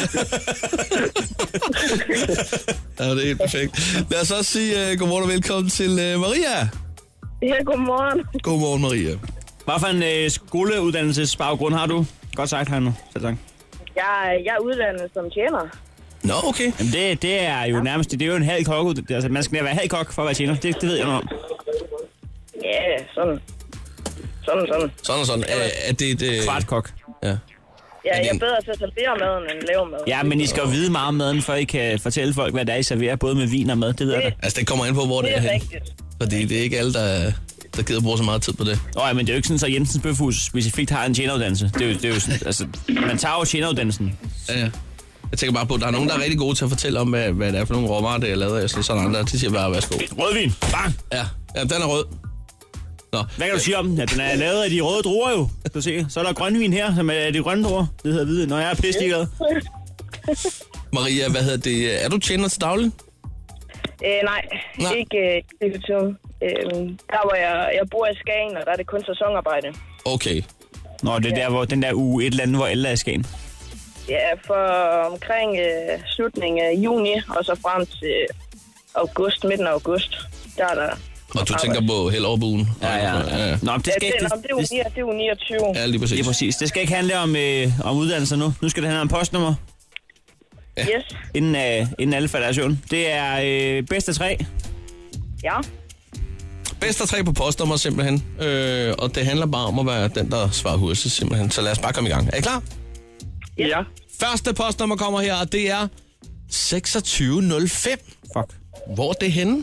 Ja, det er helt perfekt. Lad os også sige godmorgen og velkommen til Maria. Ja, godmorgen. Godmorgen, Maria. Hvad for en skoleuddannelsesbaggrund har du? Godt sagt, Heino. Jeg er uddannet som tjener. Nå, okay. Jamen det er jo nærmest, det er jo en halv kok. Altså, man skal være halv kok for at være tjener. Det ved jeg noget om. Ja, sådan. Sådan. Er det et... Kvart kok. Ja. Ja, jeg er bedre til at servere maden end lave mad. Ja, men I skal jo vide meget om maden, før I kan fortælle folk, hvad der er, I serverer, både med vin og mad. Det ved jeg da. Altså, det kommer ind på, hvor det er hen. Fordi det er ikke alle, der gider bruge så meget tid på det. Nej, men det er jo ikke sådan, at Jensens Bøfhus specifikt har en tjeneruddannelse. Det er jo sådan, altså, man tager jo tjeneruddannelsen. Ja. Jeg tænker bare på, at der er nogen, der er rigtig gode til at fortælle om, hvad det er for nogle råvarer, det er lavet af. Sådan andre, de siger bare, værsgo. Rødvin. Bang. Ja, den er rød. Nå. Hvad kan du sige om den? Ja, den er lavet af de røde druer jo. Du se. Så er der grønvin her, som er de grønne druer. Det hedder hvide. Når jeg er pisseligeglad. Maria, hvad hedder det? Er du tjener til daglig? Nej, ikke i tiden. Der hvor jeg bor i Skagen, og der er det kun sæsonarbejde. Okay. Nå, det er der, hvor den der uge et eller andet, hvor alle er i Skagen. Ja, for omkring slutningen af juni, og så frem til august, midten af august, der er der. Og du tænker på Hellerup-ugen? Ja. Nå, det skal det er jo 29. Ja, lige præcis. Lige præcis. Det skal ikke handle om uddannelser nu. Nu skal det handle om postnummer. Ja. Yes. Inden alle falder af søvn. Det er bedst af 3. Ja. Bedst af 3 på postnummer simpelthen. Og det handler bare om at være den, der svarer hurtigt simpelthen. Så lad os bare komme i gang. Er I klar? Ja. Første postnummer kommer her, og det er 2605. Fuck. Hvor er det henne?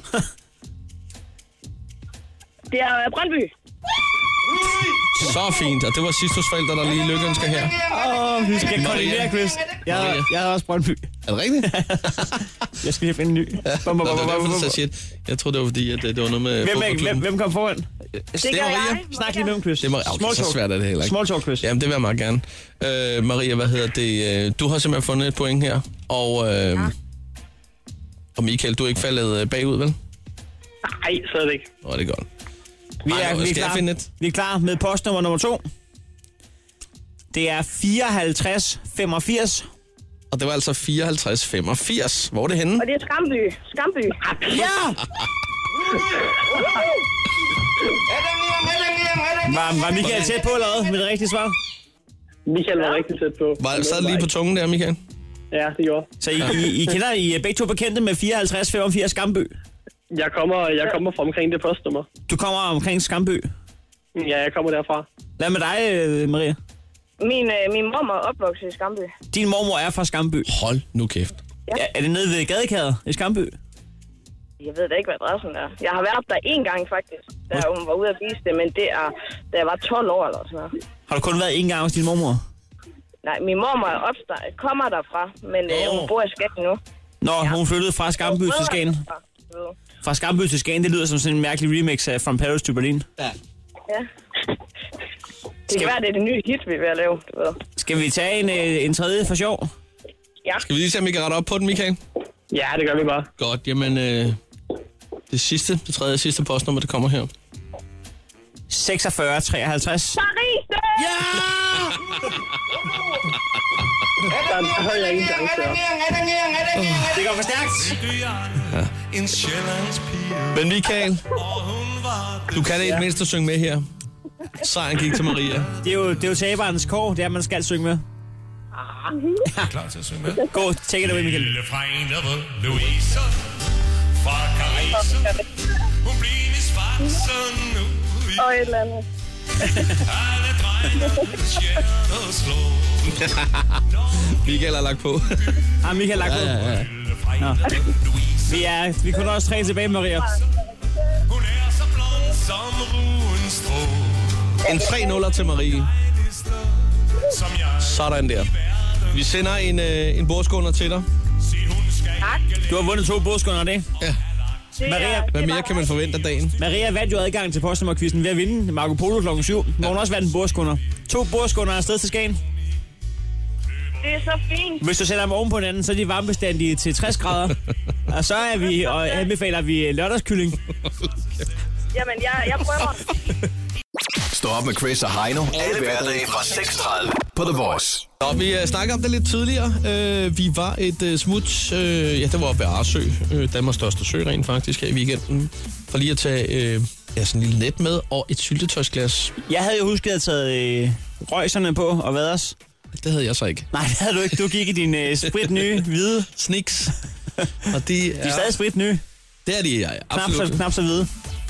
Det er Brøndby. Så fint, og det var Sistos forældre, der lige lykkeønsker her. Vi skal koordinere, Chris. Jeg har også Brøndby. Er det rigtigt? Jeg skal lige finde en ny. Det var derfor, shit. Jeg troede, det var fordi, at det var noget med fodboldklubben. Hvem kom foran? Det er Maria. Snak lige med dem, Chris. Det er så svært er det heller ikke. Small talk, Chris. Jamen, det vil jeg meget gerne. Maria, hvad hedder det? Du har simpelthen fundet et point her. Og Michael, du er ikke faldet bagud, vel? Nej, så er det ikke. Det er godt. Vi er klar med postnummer nummer 2. Det er 5485. Og det var altså 5485. Hvor er det henne? Og det er Skamby. Ja! Var Michael tæt på eller hvad med det rigtige svar? Michael var rigtig tæt på. Sad lige på tungen der, Michael? Ja, det gjorde. Så I kender I er begge to bekendte med 5485 Skambø? Jeg kommer fra omkring det postnummer. Du kommer omkring Skambø? Ja, jeg kommer derfra. Hvad med dig, Maria? Min mormor er opvokset i Skambø. Din mormor er fra Skambø? Hold nu kæft. Ja. Er det nede ved Gadekæret i Skambø? Jeg ved da ikke, hvad adressen er. Jeg har været der en gang faktisk, da hun var ude at vise det, men det er, da jeg var 12 år eller sådan noget. Har du kun været en gang hos din mormor? Nej, min mormor kommer derfra, men hun bor i Skagen nu. Nå, ja. Hun flyttede fra Skambø til Skagen. Fra Skambø til Skagen, det lyder som sådan en mærkelig remix af From Paris to Berlin. Ja. Det kan være, det er det nye hit, vi er ved at lave, du ved. Skal vi tage en tredje for sjov? Ja. Skal vi lige se, om vi kan rette op på den, Michael? Ja, det gør vi bare. Godt, jamen det tredje sidste postnummer, det kommer her. 4653. Paris! Ja! Der havde jeg ingen chance. Det går for stærkt. Ja. Men Michael, du kan det et mindst synge med her. Sejren gik til Maria. Det er jo taberens kår, det er, at man skal synge med. Klar til at synge med? Gå, take it away, Michael. Lille fregnede Louise fra Caris. Hun bliver i svarsen nu. Og et eller andet. Alle drenge stjerner slår. Michael har lagt på. Michael har lagt på. Ja. Vi kunne også 3 tilbage, Maria. Hun er så blond som ruens strå. En 3-0 til Marie. Sådan der. Vi sender en bordskåner til dig. Du har vundet 2 bordskåner, det? Ja. Maria, hvad mere kan man forvente af dagen? Maria vandt jo adgang til postnummerquizzen ved at vinde Marco Polo klokken 7. Må hun også vandt en bordskåner. 2 bordskåner er afsted til Skagen. Det er så fint. Hvis du sætter dem oven på hinanden, så er de varmebestandige til 60 grader. Og så anbefaler vi lørdagskylling. Jamen, jeg prøver. Stå op med Chris og Heino. Alle hverdage fra 6:30 på The Voice. Og vi snakkede om det lidt tidligere. Vi var et smut, det var ved Arsø, Danmarks største sø rent faktisk her i weekenden. For lige at tage sådan en lille net med og et syltetøjsglas. Jeg havde jo husket at tage røjserne på og vaders. Det havde jeg så ikke. Nej, det havde du ikke. Du gik i din spritnye hvide Snicks. Og de er stadig spritnye. Det er de, ja, absolut. Knap så hvide.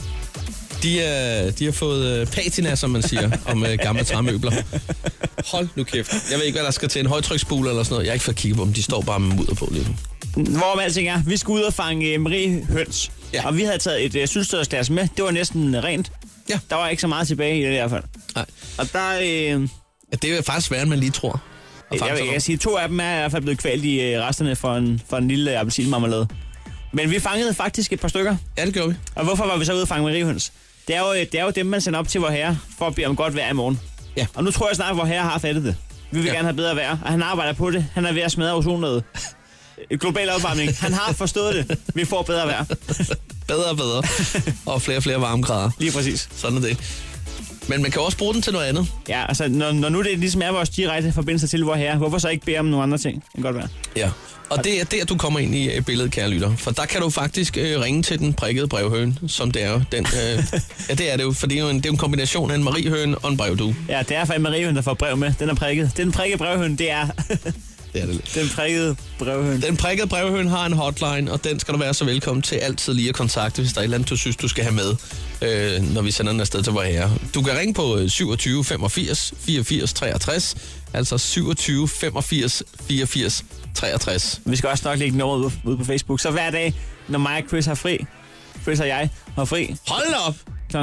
De har fået patina, som man siger, om gamle træmøbler. Hold nu kæft. Jeg ved ikke, hvad der skal til. En højtryksspule eller sådan noget. Jeg har ikke fået kigget på dem. De står bare med mudder på lidt. Hvor med alting er, vi skulle ud og fange mariehøns. Ja. Og vi havde taget et syltetøjsglas med. Det var næsten rent. Ja. Der var ikke så meget tilbage i det i hvert fald. Nej. Og der... det er faktisk sværere, end man lige tror. Jeg kan sige, 2 af dem er i hvert fald blevet kvalt i resterne for en lille appelsinmarmelade. Men vi fangede faktisk et par stykker. Ja, det gjorde vi. Og hvorfor var vi så ude at fange mariehøns? Det er jo dem, man sender op til vor herre, for at bede om godt vejr i morgen. Ja. Og nu tror jeg snart, at vor herre har fattet det. Vi vil gerne have bedre vejr, og han arbejder på det. Han er ved at smadre ozonlaget. Global opvarmning. Han har forstået det. Vi får bedre vejr. Bedre og bedre. Og flere varmegrader. Lige præcis. Sådan er det. Men man kan også bruge den til noget andet. Ja, altså når nu det ligesom er vores direkte forbindelse til vor herre, hvorfor så ikke bede om nogle andre ting? Det kan godt være. Ja. Og det er der, du kommer ind i billedet, kære lytter. For der kan du faktisk ringe til den prikkede brevhøne, som det er jo. Ja, det er det jo, for det er jo en kombination af en mariehøne og en brevdue. Ja, det er for en mariehøne, der får brev med. Den er prikket. Den prikkede brevhøne, det er... Det er det. Den prikkede brevhøne. Den prikkede brevhøne har en hotline, og den skal du være så velkommen til altid lige at kontakte, hvis der er et eller andet, du synes, du skal have med, når vi sender den afsted til vor herre. Du kan ringe på 27 85 84 63, altså 27 85 84 63. Vi skal også nok lægge nummeret ud på Facebook, så hver dag, når mig og Chris har fri, Chris og jeg har fri. Hold op! Kl.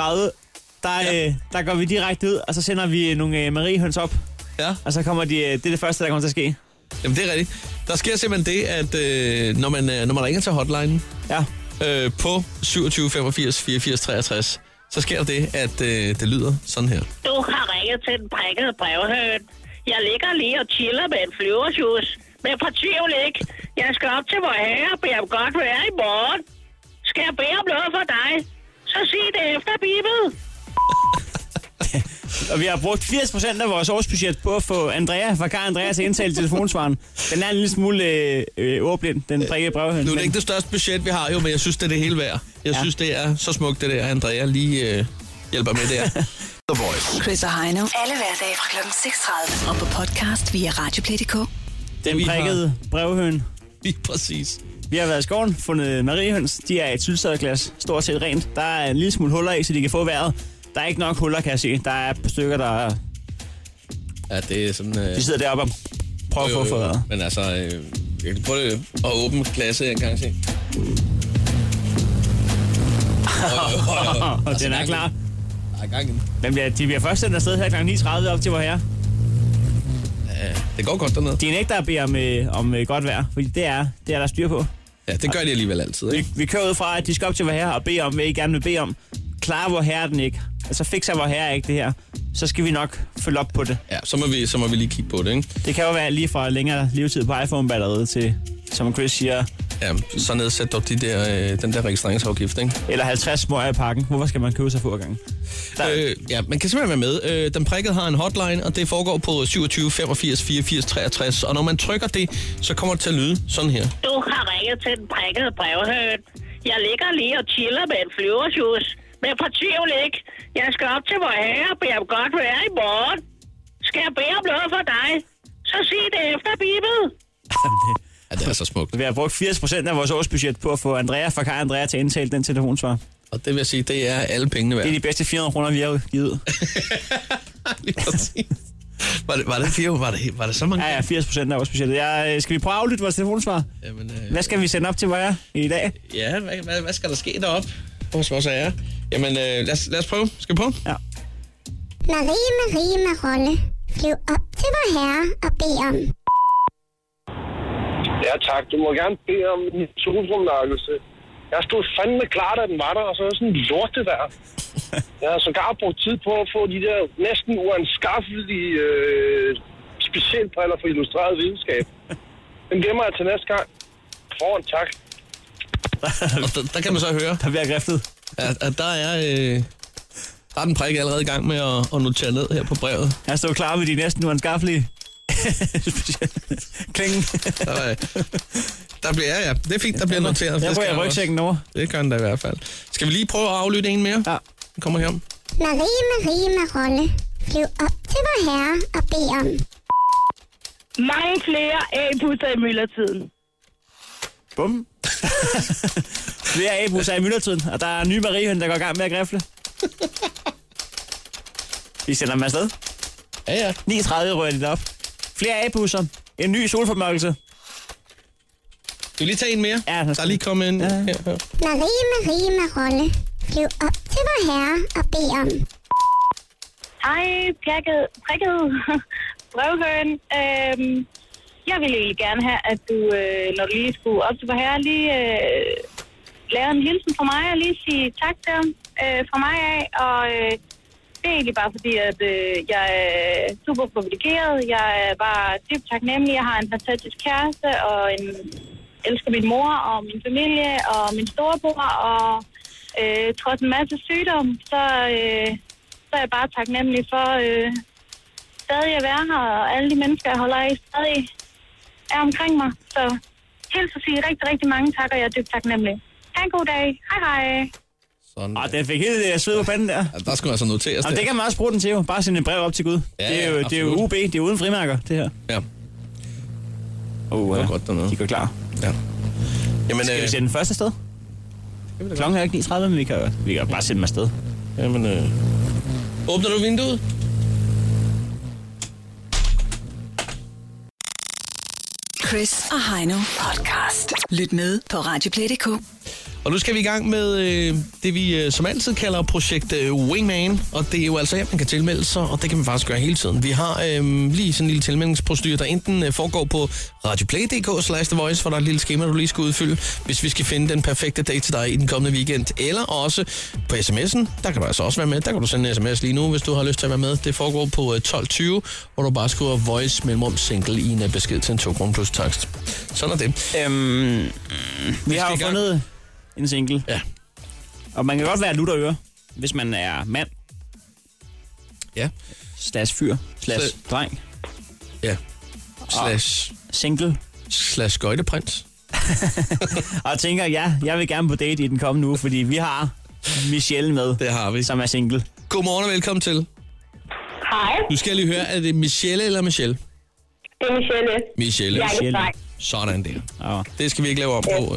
9:30, der går vi direkte ud, og så sender vi nogle mariehøns op. Ja. Og så kommer det er det første, der kommer til at ske. Jamen, det er rigtigt. Der sker simpelthen det, at når man ringer til hotlinen på 27 85 84 63, så sker der det, at det lyder sådan her. Du har ringet til den prikkede brevhøn. Jeg ligger lige og chiller med en flyvershus. Men fortvivl ikke. Jeg skal op til vor herre og bede om godt vejr i morgen. Skal jeg bede om noget for dig? Så sig det efter Bibel. Og vi har brugt 80% af vores årsbudget på at få Andrea fra Kar Andrea til at indtale telefonsvaren. Den er en lille smule ordblind, den prikkede brevhøn. Nu er det ikke det største budget, vi har jo, men jeg synes, det er det hele værd. Jeg synes, det er så smukt, det der, Andrea lige hjælper med der. The Voice. Chris og Heino. Alle hverdage fra kl. 6:30. Og på podcast via Radioplay.dk. Den prikkede brevhøn. Lige præcis. Vi har været i skoven, fundet mariehøns. De er i et syltsadeglas, stort set rent. Der er en lille smule huller i, så de kan få vejret. Der er ikke nok huller, kan jeg se. Der er et par stykker, der er... Ja, det er sådan... De sidder deroppe og prøver at få vejret. Men altså, jeg kan prøve at åbne glasset en gang, se. Og den er klar. Der er gang i den. De bliver først sendt afsted her kl. 9.30 op til vor herre. Ja, det går godt dernede. De er ikke der beder om godt vejr, fordi det er der styr på. Ja, det gør de alligevel altid, ikke? Vi kører ud fra, at de skal op til vor herre og bede om, hvad I gerne vil bede om. Klarer vor herre den ikke? Altså fikser vor herre ikke det her? Så skal vi nok følge op på det. Ja, så må vi lige kigge på det, ikke? Det kan jo være lige fra længere levetid på iPhone-batteriet til, som Chris siger... Ja, så nedsæt dog den der registreringsafgift, ikke? Eller 50 små i pakken. Hvorfor skal man købe så få gange? Ja, man kan simpelthen være med. Den prikkede har en hotline, og det foregår på 27 85 84 63. Og når man trykker det, så kommer det til at lyde sådan her. Du har ringet til den prikkede brevhøn. Jeg ligger lige og chiller med en flyvershus. Men fortvivl ikke. Jeg skal op til vor herre og bede om godt vejr i morgen. Skal jeg bede om noget for dig? Så sig det efter, Bibel. Ja, det er så smukt. Vi har brugt 80% af vores årsbudget på at få Andrea fra Kaj Andrea til at indtale den telefonsvar. Og det vil jeg sige, det er alle pengene værd. Det er de bedste 400 kroner, vi har givet. Lige præcis. Var det så mange? Ja, 80% af vores budget. Skal vi prøve at aflytte vores telefonsvar? Jamen, hvad skal vi sende op til jer i dag? Ja, hvad skal der ske deroppe? Hos vores ære. Jamen, lad os prøve. Skal vi prøve? Ja. Marie med rolle. Flyv op til vor herre og bed om. Ja tak, du må gerne bede om en solrumnakkelse. Jeg stod fandme klar, da den var der, og så var sådan en lorte der. Jeg har sågar brugt tid på at få de der næsten uanskaffelige specialbriller for illustreret videnskab. Den gemmer jeg til næste gang. Foran, tak. der kan man så høre. Der bliver griftet. At der er den prik allerede i gang med at notere ned her på brevet. Jeg står klar med de næsten uanskaffelige. Klingen. Der bliver, ja. Det er fint, der bliver noteret. Jeg bruger rygsækken over. Det gør den da i hvert fald. Skal vi lige prøve at aflytte en mere? Ja. Den kommer her. Marie med rolle. Flyv op til vor herre og bed om. Mange flere ægbusser i myldretiden. Bum. Flere ægbusser i myldretiden, og der er nye mariehøn, der går i gang med at grifle. Vi sender dem afsted. Ja. 9.30 rører de op. Flere ægbusser. En ny solformørkelse. Skal vi lige tage en mere? Ja, der er lige kommet en. Ja. Marie med rolle. Flyv op til vor herre og bed om. Hej, prikket brevhøn. Jeg ville egentlig gerne have, at du, når du lige skulle op til vor herre, lige lave en hilsen fra mig og lige sige tak til ham fra mig af. Og det er egentlig bare fordi, at jeg er super privilegeret. Jeg er bare dybt taknemmelig. Jeg har en fantastisk kæreste og elsker min mor og min familie og min storebror. Og trods en masse sygdom, så er jeg bare taknemmelig for stadig at være her. Og alle de mennesker, jeg holder af, stadig er omkring mig. Så helt at sige rigtig, rigtig mange tak, og jeg er dybt taknemmelig. Ha' en god dag. Hej hej. Sådan. Den fik helt sved på panden der. Ja, der skulle altså noteres det. Det kan man også bruge den til jo. Bare sende et brev op til Gud. Ja, det er jo UB, det er uden frimærker, det her. Ja. Det er godt dernede. De går klar. Ja. Jamen, skal vi sende den første sted? Klokken er ikke 9.30, men vi kan bare sende dem afsted. Jamen, åbner du vinduet? Chris og Heino podcast. Lyt med på radioplay.dk. Og nu skal vi i gang med det, vi som altid kalder projekt Wingman. Og det er jo altså her, man kan tilmelde sig, og det kan man faktisk gøre hele tiden. Vi har lige sådan en lille tilmeldingsprocedure, der enten foregår på radioplay.dk/The Voice, hvor der er et lille skema, du lige skal udfylde, hvis vi skal finde den perfekte dag til dig i den kommende weekend. Eller også på sms'en, der kan du altså også være med. Der kan du sende en sms lige nu, hvis du har lyst til at være med. Det foregår på 12.20, hvor du bare skriver Voice mellemrum single i en besked til en 2 kroner plus takst. Sådan er det. Vi har jo fundet en single. Ja. Og man kan godt være lutterøre, hvis man er mand. Ja. /fyr, /dreng. Ja. Single. /skøjteprins. Og tænker, jeg vil gerne på date i den kommende uge, fordi vi har Michelle med. Det har vi. Som er single. Godmorgen og velkommen til. Hej. Nu skal jeg lige høre, er det Michelle eller Michelle? Det er Michelle. Michelle. Sådan der. Ja. Det skal vi ikke lave om på.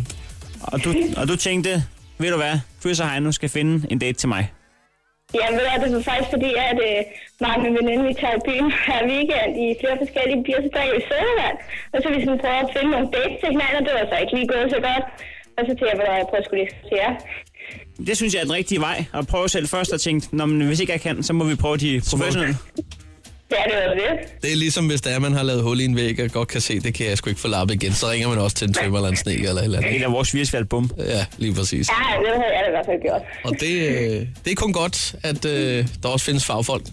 Og du tænkte, ved du hvad, Chris og Heino skal finde en date til mig. Ja, men det var faktisk fordi, at mig og min veninde, vi tager i byen her weekend i flere forskellige byer, så drikker vi sodavand. Og så vi sådan prøver at finde nogle dates til hinanden, og det var så ikke lige gået så godt. Og så tænkte jeg, jeg prøver at skulle lige til jer. Det synes jeg er den rigtige vej, at prøve selv først og tænke, hvis ikke jeg kan, så må vi prøve de professionelle. Ja, det var det. Det er ligesom, hvis der man har lavet hul i en væg, og godt kan se, det kan jeg sgu ikke få lappet igen. Så ringer man også til en tømmer eller en sne eller et eller andet. Eller vores virsvald bum. Ja, lige præcis. Ja, det havde jeg i hvert fald gjort. Og det er kun godt, at der også findes fagfolk.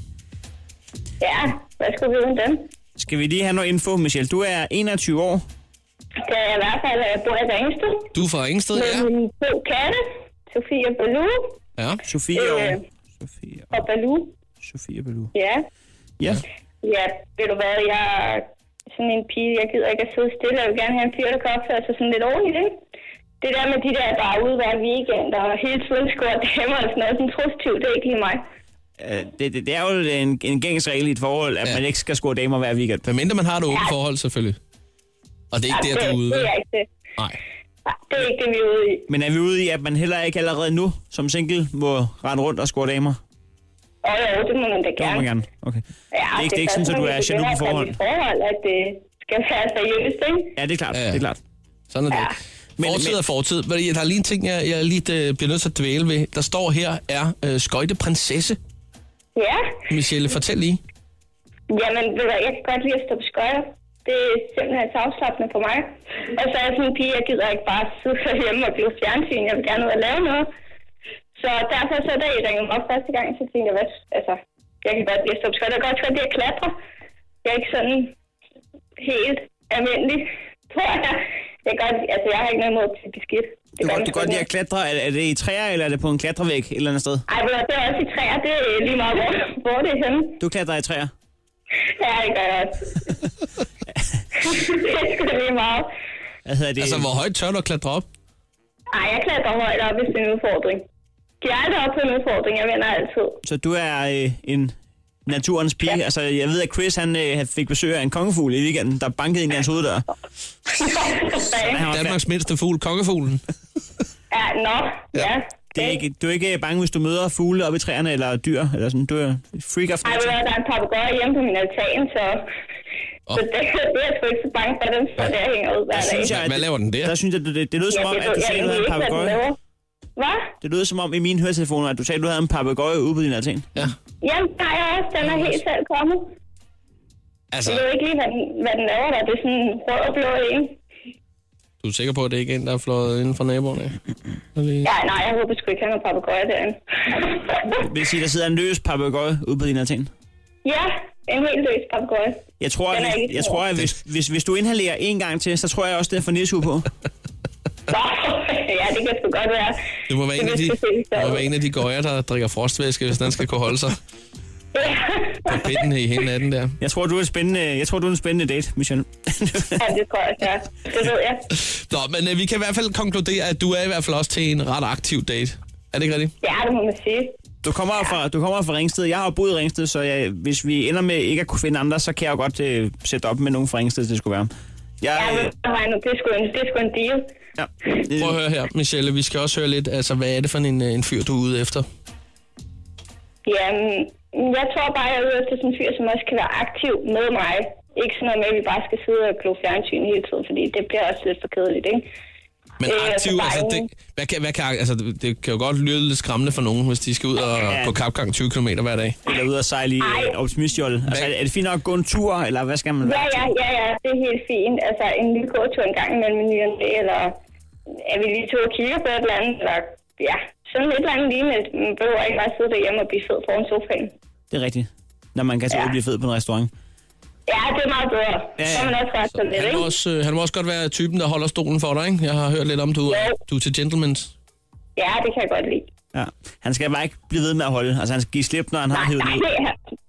Ja, hvad skulle vi uden dem? Skal vi lige have noget info, Michelle? Du er 21 år. Det er i hvert fald, jeg bor i Ringsted. Du er fra Ringsted, ja. Med mine 2 katte, Sofie og Baloo. Ja. Sofie og Baloo. Sofie og Baloo. Ja. Ja. Ja, ved du hvad, jeg er sådan en pige, jeg gider ikke at sidde stille. Jeg vil gerne have en fyr, der kan opføre sig sådan lidt ordentligt, ikke? Det der med de der, der er ude hver weekend, og hele tiden scorer damer og sådan noget, sådan positivt, det er ikke lige mig. Det er jo en gængs regel i et forhold, at man ikke skal score damer hver weekend. Men mindre man har et åbent forhold, selvfølgelig. Og det er ikke der, du er ude. Det er ikke det. Nej. Det er ikke det, vi er ude i. Men er vi ude i, at man heller ikke allerede nu, som single, må rende rundt og score damer? Jo, det må man da gerne. Det må man gerne, okay. Ja, det er ikke sådan, at du er jaloux på forhold. At det skal være seriøst, ikke? Ja, det er klart, det er klart. Sådan er det. Fortid er fortid. Der er lige en ting, jeg lige bliver nødt til at dvæle ved. Der står her, er skøjteprinsesse. Ja. Michelle, fortæl lige. Jamen, ved du, jeg kan godt lide at stå på skøjter. Det er simpelthen så afslappende for mig. Og så er jeg sådan en pige, jeg gider ikke bare sidde hjemme og blive fjernsyn. Jeg vil gerne ud og lave noget. Så derfor så da jeg ringede mig op første gang, så tænkte jeg, jeg kan godt lide at stå på skøjter. Jeg kan godt lide at klatre. Jeg er ikke sådan helt almindelig, tror jeg. Jeg har ikke noget mod til beskidt. Du kan godt lide at klatre. Er det i træer, eller er det på en klatrevæg et eller andet sted? Nej, det er også i træer. Det er lige meget, hvor det er henne. Du klatrer i træer? Ja, det gør jeg også. Det er sgu lige meget. Altså, hvor højt tør du at klatre op? Nej, jeg klatrer højt op, hvis det er en udfordring. Jeg er aldrig op på en udfordring, jeg vinder altid. Så du er en naturens pige? Ja. Altså, jeg ved, at Chris han fik besøg af en kongefugl i weekenden, der bankede ind i hans hoveddør. Danmarks mindste fugl, kongefuglen. Ja. Du er ikke bange, hvis du møder fugle oppe i træerne, eller dyr, eller sådan, du er freak of nature? Nej, der er en papegøje hjemme på min altan, så det er jeg sgu ikke så bange for, den så der hænger ud hver dag. Hvad laver den der? Der synes jeg, det lød som om, at du sagde, du havde en papegøje. Hvad? Det lød som om i mine høretelefoner, at du sagde, at du havde en papegøje ude på din altan. Ja. Jamen, der er jeg også. Den er helt selv kommet. Altså... Jeg ved ikke lige, hvad den laver der. Det er sådan rød og blå en. Du er sikker på, at det ikke er en, der er fløjet inden for naboerne? Ja, nej, jeg håber sgu ikke, han har papegøje derinde. Vil det sige, der sidder en løs papegøje ude på din altan? Ja, en helt løs papegøje. Jeg tror, at hvis du inhalerer en gang til, så tror jeg også, det er for nissue på. Ja, det kan sgu godt være. Det må være en af de gøjer, der drikker frostvæske, hvis den skal kunne holde sig. På pinden i hele natten der. Jeg tror, du er en spændende date, Michelle. Ja, det tror jeg, ja. Det ved jeg. Nå, men vi kan i hvert fald konkludere, at du er i hvert fald også til en ret aktiv date. Er det ikke rigtigt? Ja, det må man sige. Du kommer fra Ringsted. Jeg har jo boet i Ringsted, så hvis vi ender med ikke at kunne finde andre, så kan jeg jo godt sætte op med nogen fra Ringsted, det skulle være. Det er sgu en deal. Ja. Prøv at høre her, Michelle. Vi skal også høre lidt, altså hvad er det for en fyr, du er ude efter? Jamen, jeg tror bare, jeg er ude efter sådan en fyr, som også kan være aktiv med mig. Ikke sådan noget med, at vi bare skal sidde og glo fjernsyn hele tiden, fordi det bliver også lidt for kedeligt, ikke? Men aktiv, altså det kan jo godt lyde lidt skræmmende for nogen, hvis de skal ud og på kapgang 20 km hver dag. Eller ud og sejle i optimistjolle. Altså, er det fint nok at gå en tur, eller hvad skal man? Ja, det er helt fint. Altså en lille gåtur en gang imellem en ny og det, eller er vi lige to og kigger på et eller andet, eller ja, sådan et eller andet lignende. Man behøver ikke bare sidde derhjemme og blive fed foran sofaen. Det er rigtigt. Når man kan tage og blive fed på en restaurant. Ja, det er meget bedre. Så er man også ret sådan lidt, ikke? Han må også godt være typen, der holder stolen for dig, ikke? Jeg har hørt lidt om, du er til gentlemans. Ja, det kan jeg godt lide. Ja. Han skal bare ikke blive ved med at holde. Altså, han skal give slip, når han har hævet ud.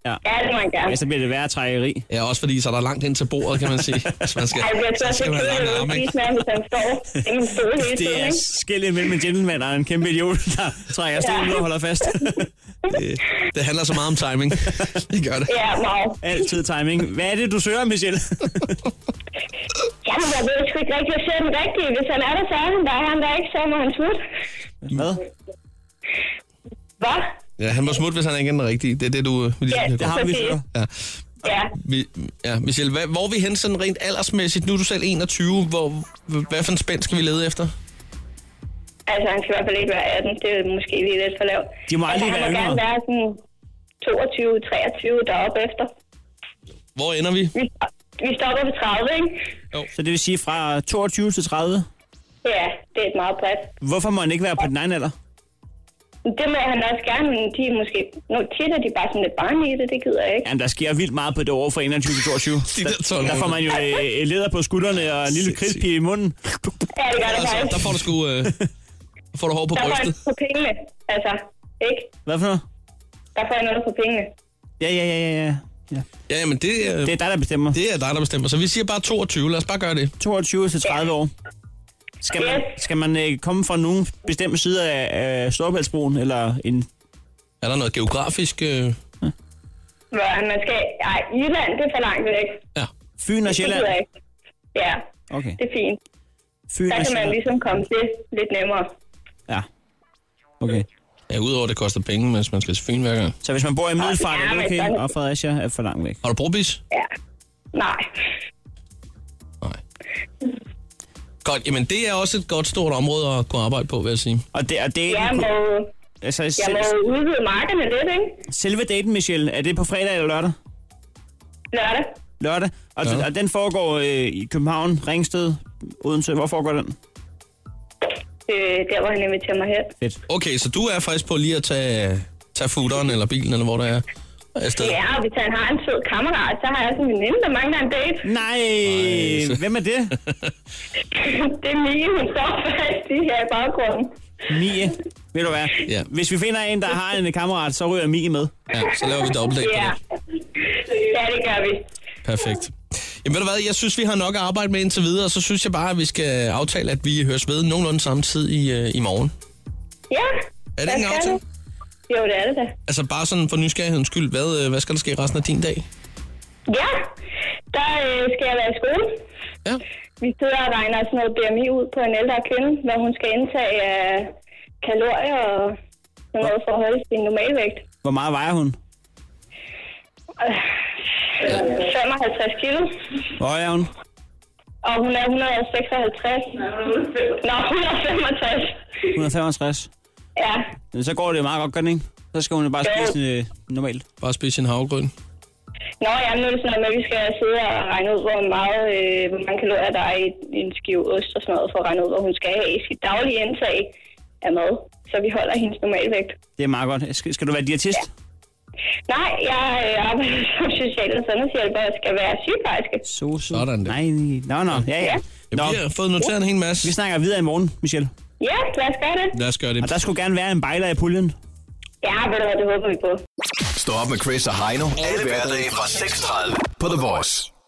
Ja, det må man gerne. Ja, så bliver det værre trækkeri. Ja, også fordi så er der langt ind til bordet, kan man sige. Altså, man skal, jeg tror, man lang arm, ikke? Det er skillet mellem en gentleman og en kæmpe idiot, der trækker stolen ud og holder fast. Det handler så meget om timing. Det gør det. Ja, meget. Altid timing. Hvad er det, du søger, Michelle? Jamen, jeg ved sgu ikke rigtig, jeg ser den rigtige. Hvis han er der, så er han der. Han der ikke, så må han smut. Hvad? Hvad? Ja, han må smutte, hvis han ikke er den rigtige. Det er det, du... Ja, det har vi før. Ja. Ja. Michelle, hvor er vi hen sådan rent aldersmæssigt? Nu er du selv 21. Hvad for en spænd skal vi lede efter? Altså, han skal i hvert fald ikke være 18. Det er måske lige lidt for lavt. De må aldrig være yngre. Han må gerne være sådan 22-23 deroppe efter. Hvor ender vi? Vi stopper ved 30, ikke? Jo. Så det vil sige fra 22 til 30? Ja, det er et meget bredt. Hvorfor må han ikke være på den egen alder? Det må han også gerne, men de er måske... tit er de bare sådan lidt barn i det, det gider jeg ikke. Jamen, der sker vildt meget på det år fra 21 til 22. Der får man jo leder på skuldrene og en lille kridtpige i munden. Ja, det gør det faktisk. Der får du sgu... får du hår på brystet. Der får jeg på pengene, altså. Ikke? Hvad for noget? Der får jeg noget på pengene. Ja. Ja, men det er dig, der bestemmer. Det er dig, der bestemmer. Så vi siger bare 22. Lad os bare gøre det. 22 til 30 år. Skal man komme fra nogen bestemte sider af Storebæltsbroen, eller en... Er der noget geografisk... Man skal... Ej, Jylland, det er for langt væk. Ja. Fyn og Sjælland? Ja, okay. Det er fint. Fyn der kan man ligesom komme til lidt nemmere. Ja, okay. Ja, udover det koster penge, hvis man skal til Fyn hver gang. Så hvis man bor i Middelfart, er det okay, og Fredericia er for langt væk? Har du brobis? Ja. Nej. Godt, jamen det er også et godt stort område at gå arbejde på, vil jeg sige. Og det jeg må udvide markerne lidt, ikke? Selve daten, Michelle, er det på fredag eller lørdag? Lørdag. Og den foregår i København, Ringsted, Odense. Hvor foregår den? Der, hvor han inviterer mig hen. Fedt. Okay, så du er faktisk på lige at tage footeren eller bilen, eller hvor der er afsted? Ja, og hvis han har en sød kammerat, så har jeg sådan en veninde, der mangler en date. Nej, hvem er det? Det er Mie, hun står fast i her i baggrunden. Mie, ved du hvad? Ja. Hvis vi finder en, der har en kammerat, så ryger Mie med. Ja, så laver vi dobbeltdag på det. Ja, det gør vi. Perfekt. Jamen ved du hvad, jeg synes, vi har nok at arbejde med indtil videre, og så synes jeg bare, at vi skal aftale, at vi høres ved nogenlunde samme tid i morgen. Ja. Er det ikke en aftale? Jo, det er det da. Altså bare sådan for nysgerrighedens skyld, hvad skal der ske resten af din dag? Ja, der skal jeg være i skole. Ja. Vi sidder og regner sådan noget BMI ud på en ældre kvinde, hvad hun skal indtage af kalorier og sådan noget for at holde sin normalvægt. Hvor meget vejer hun? 55 kilo. Hvor er hun? Og hun er 156. Nå, 165. 165? Ja. Men så går det meget godt, gør det ikke? Så skal hun jo bare spise normalt. Bare spise sin havregryn. Nå, ja, nu er det sådan noget med, at vi skal sidde og regne ud, hvor mange kalorier der er i en skive ost og sådan noget, for at regne ud, hvor hun skal have i sit daglige indtag af mad. Så vi holder hendes normalvægt. Det er meget godt. Skal du være diætist? Ja. Nej, jeg arbejder som social- og sundhedshjælper og skal være sygeplejerske. Sådan det. Nej, nå. Ja. Vi har fået noteret en hel masse. Vi snakker videre i morgen, Michelle. Ja, lad os gøre det. Lad os gøre det. Og der skulle gerne være en bejler i puljen. Ja, ved du hvad, det håber vi på. Stå op med Chris og Heino. Alle hverdage fra 6:30 på The Voice.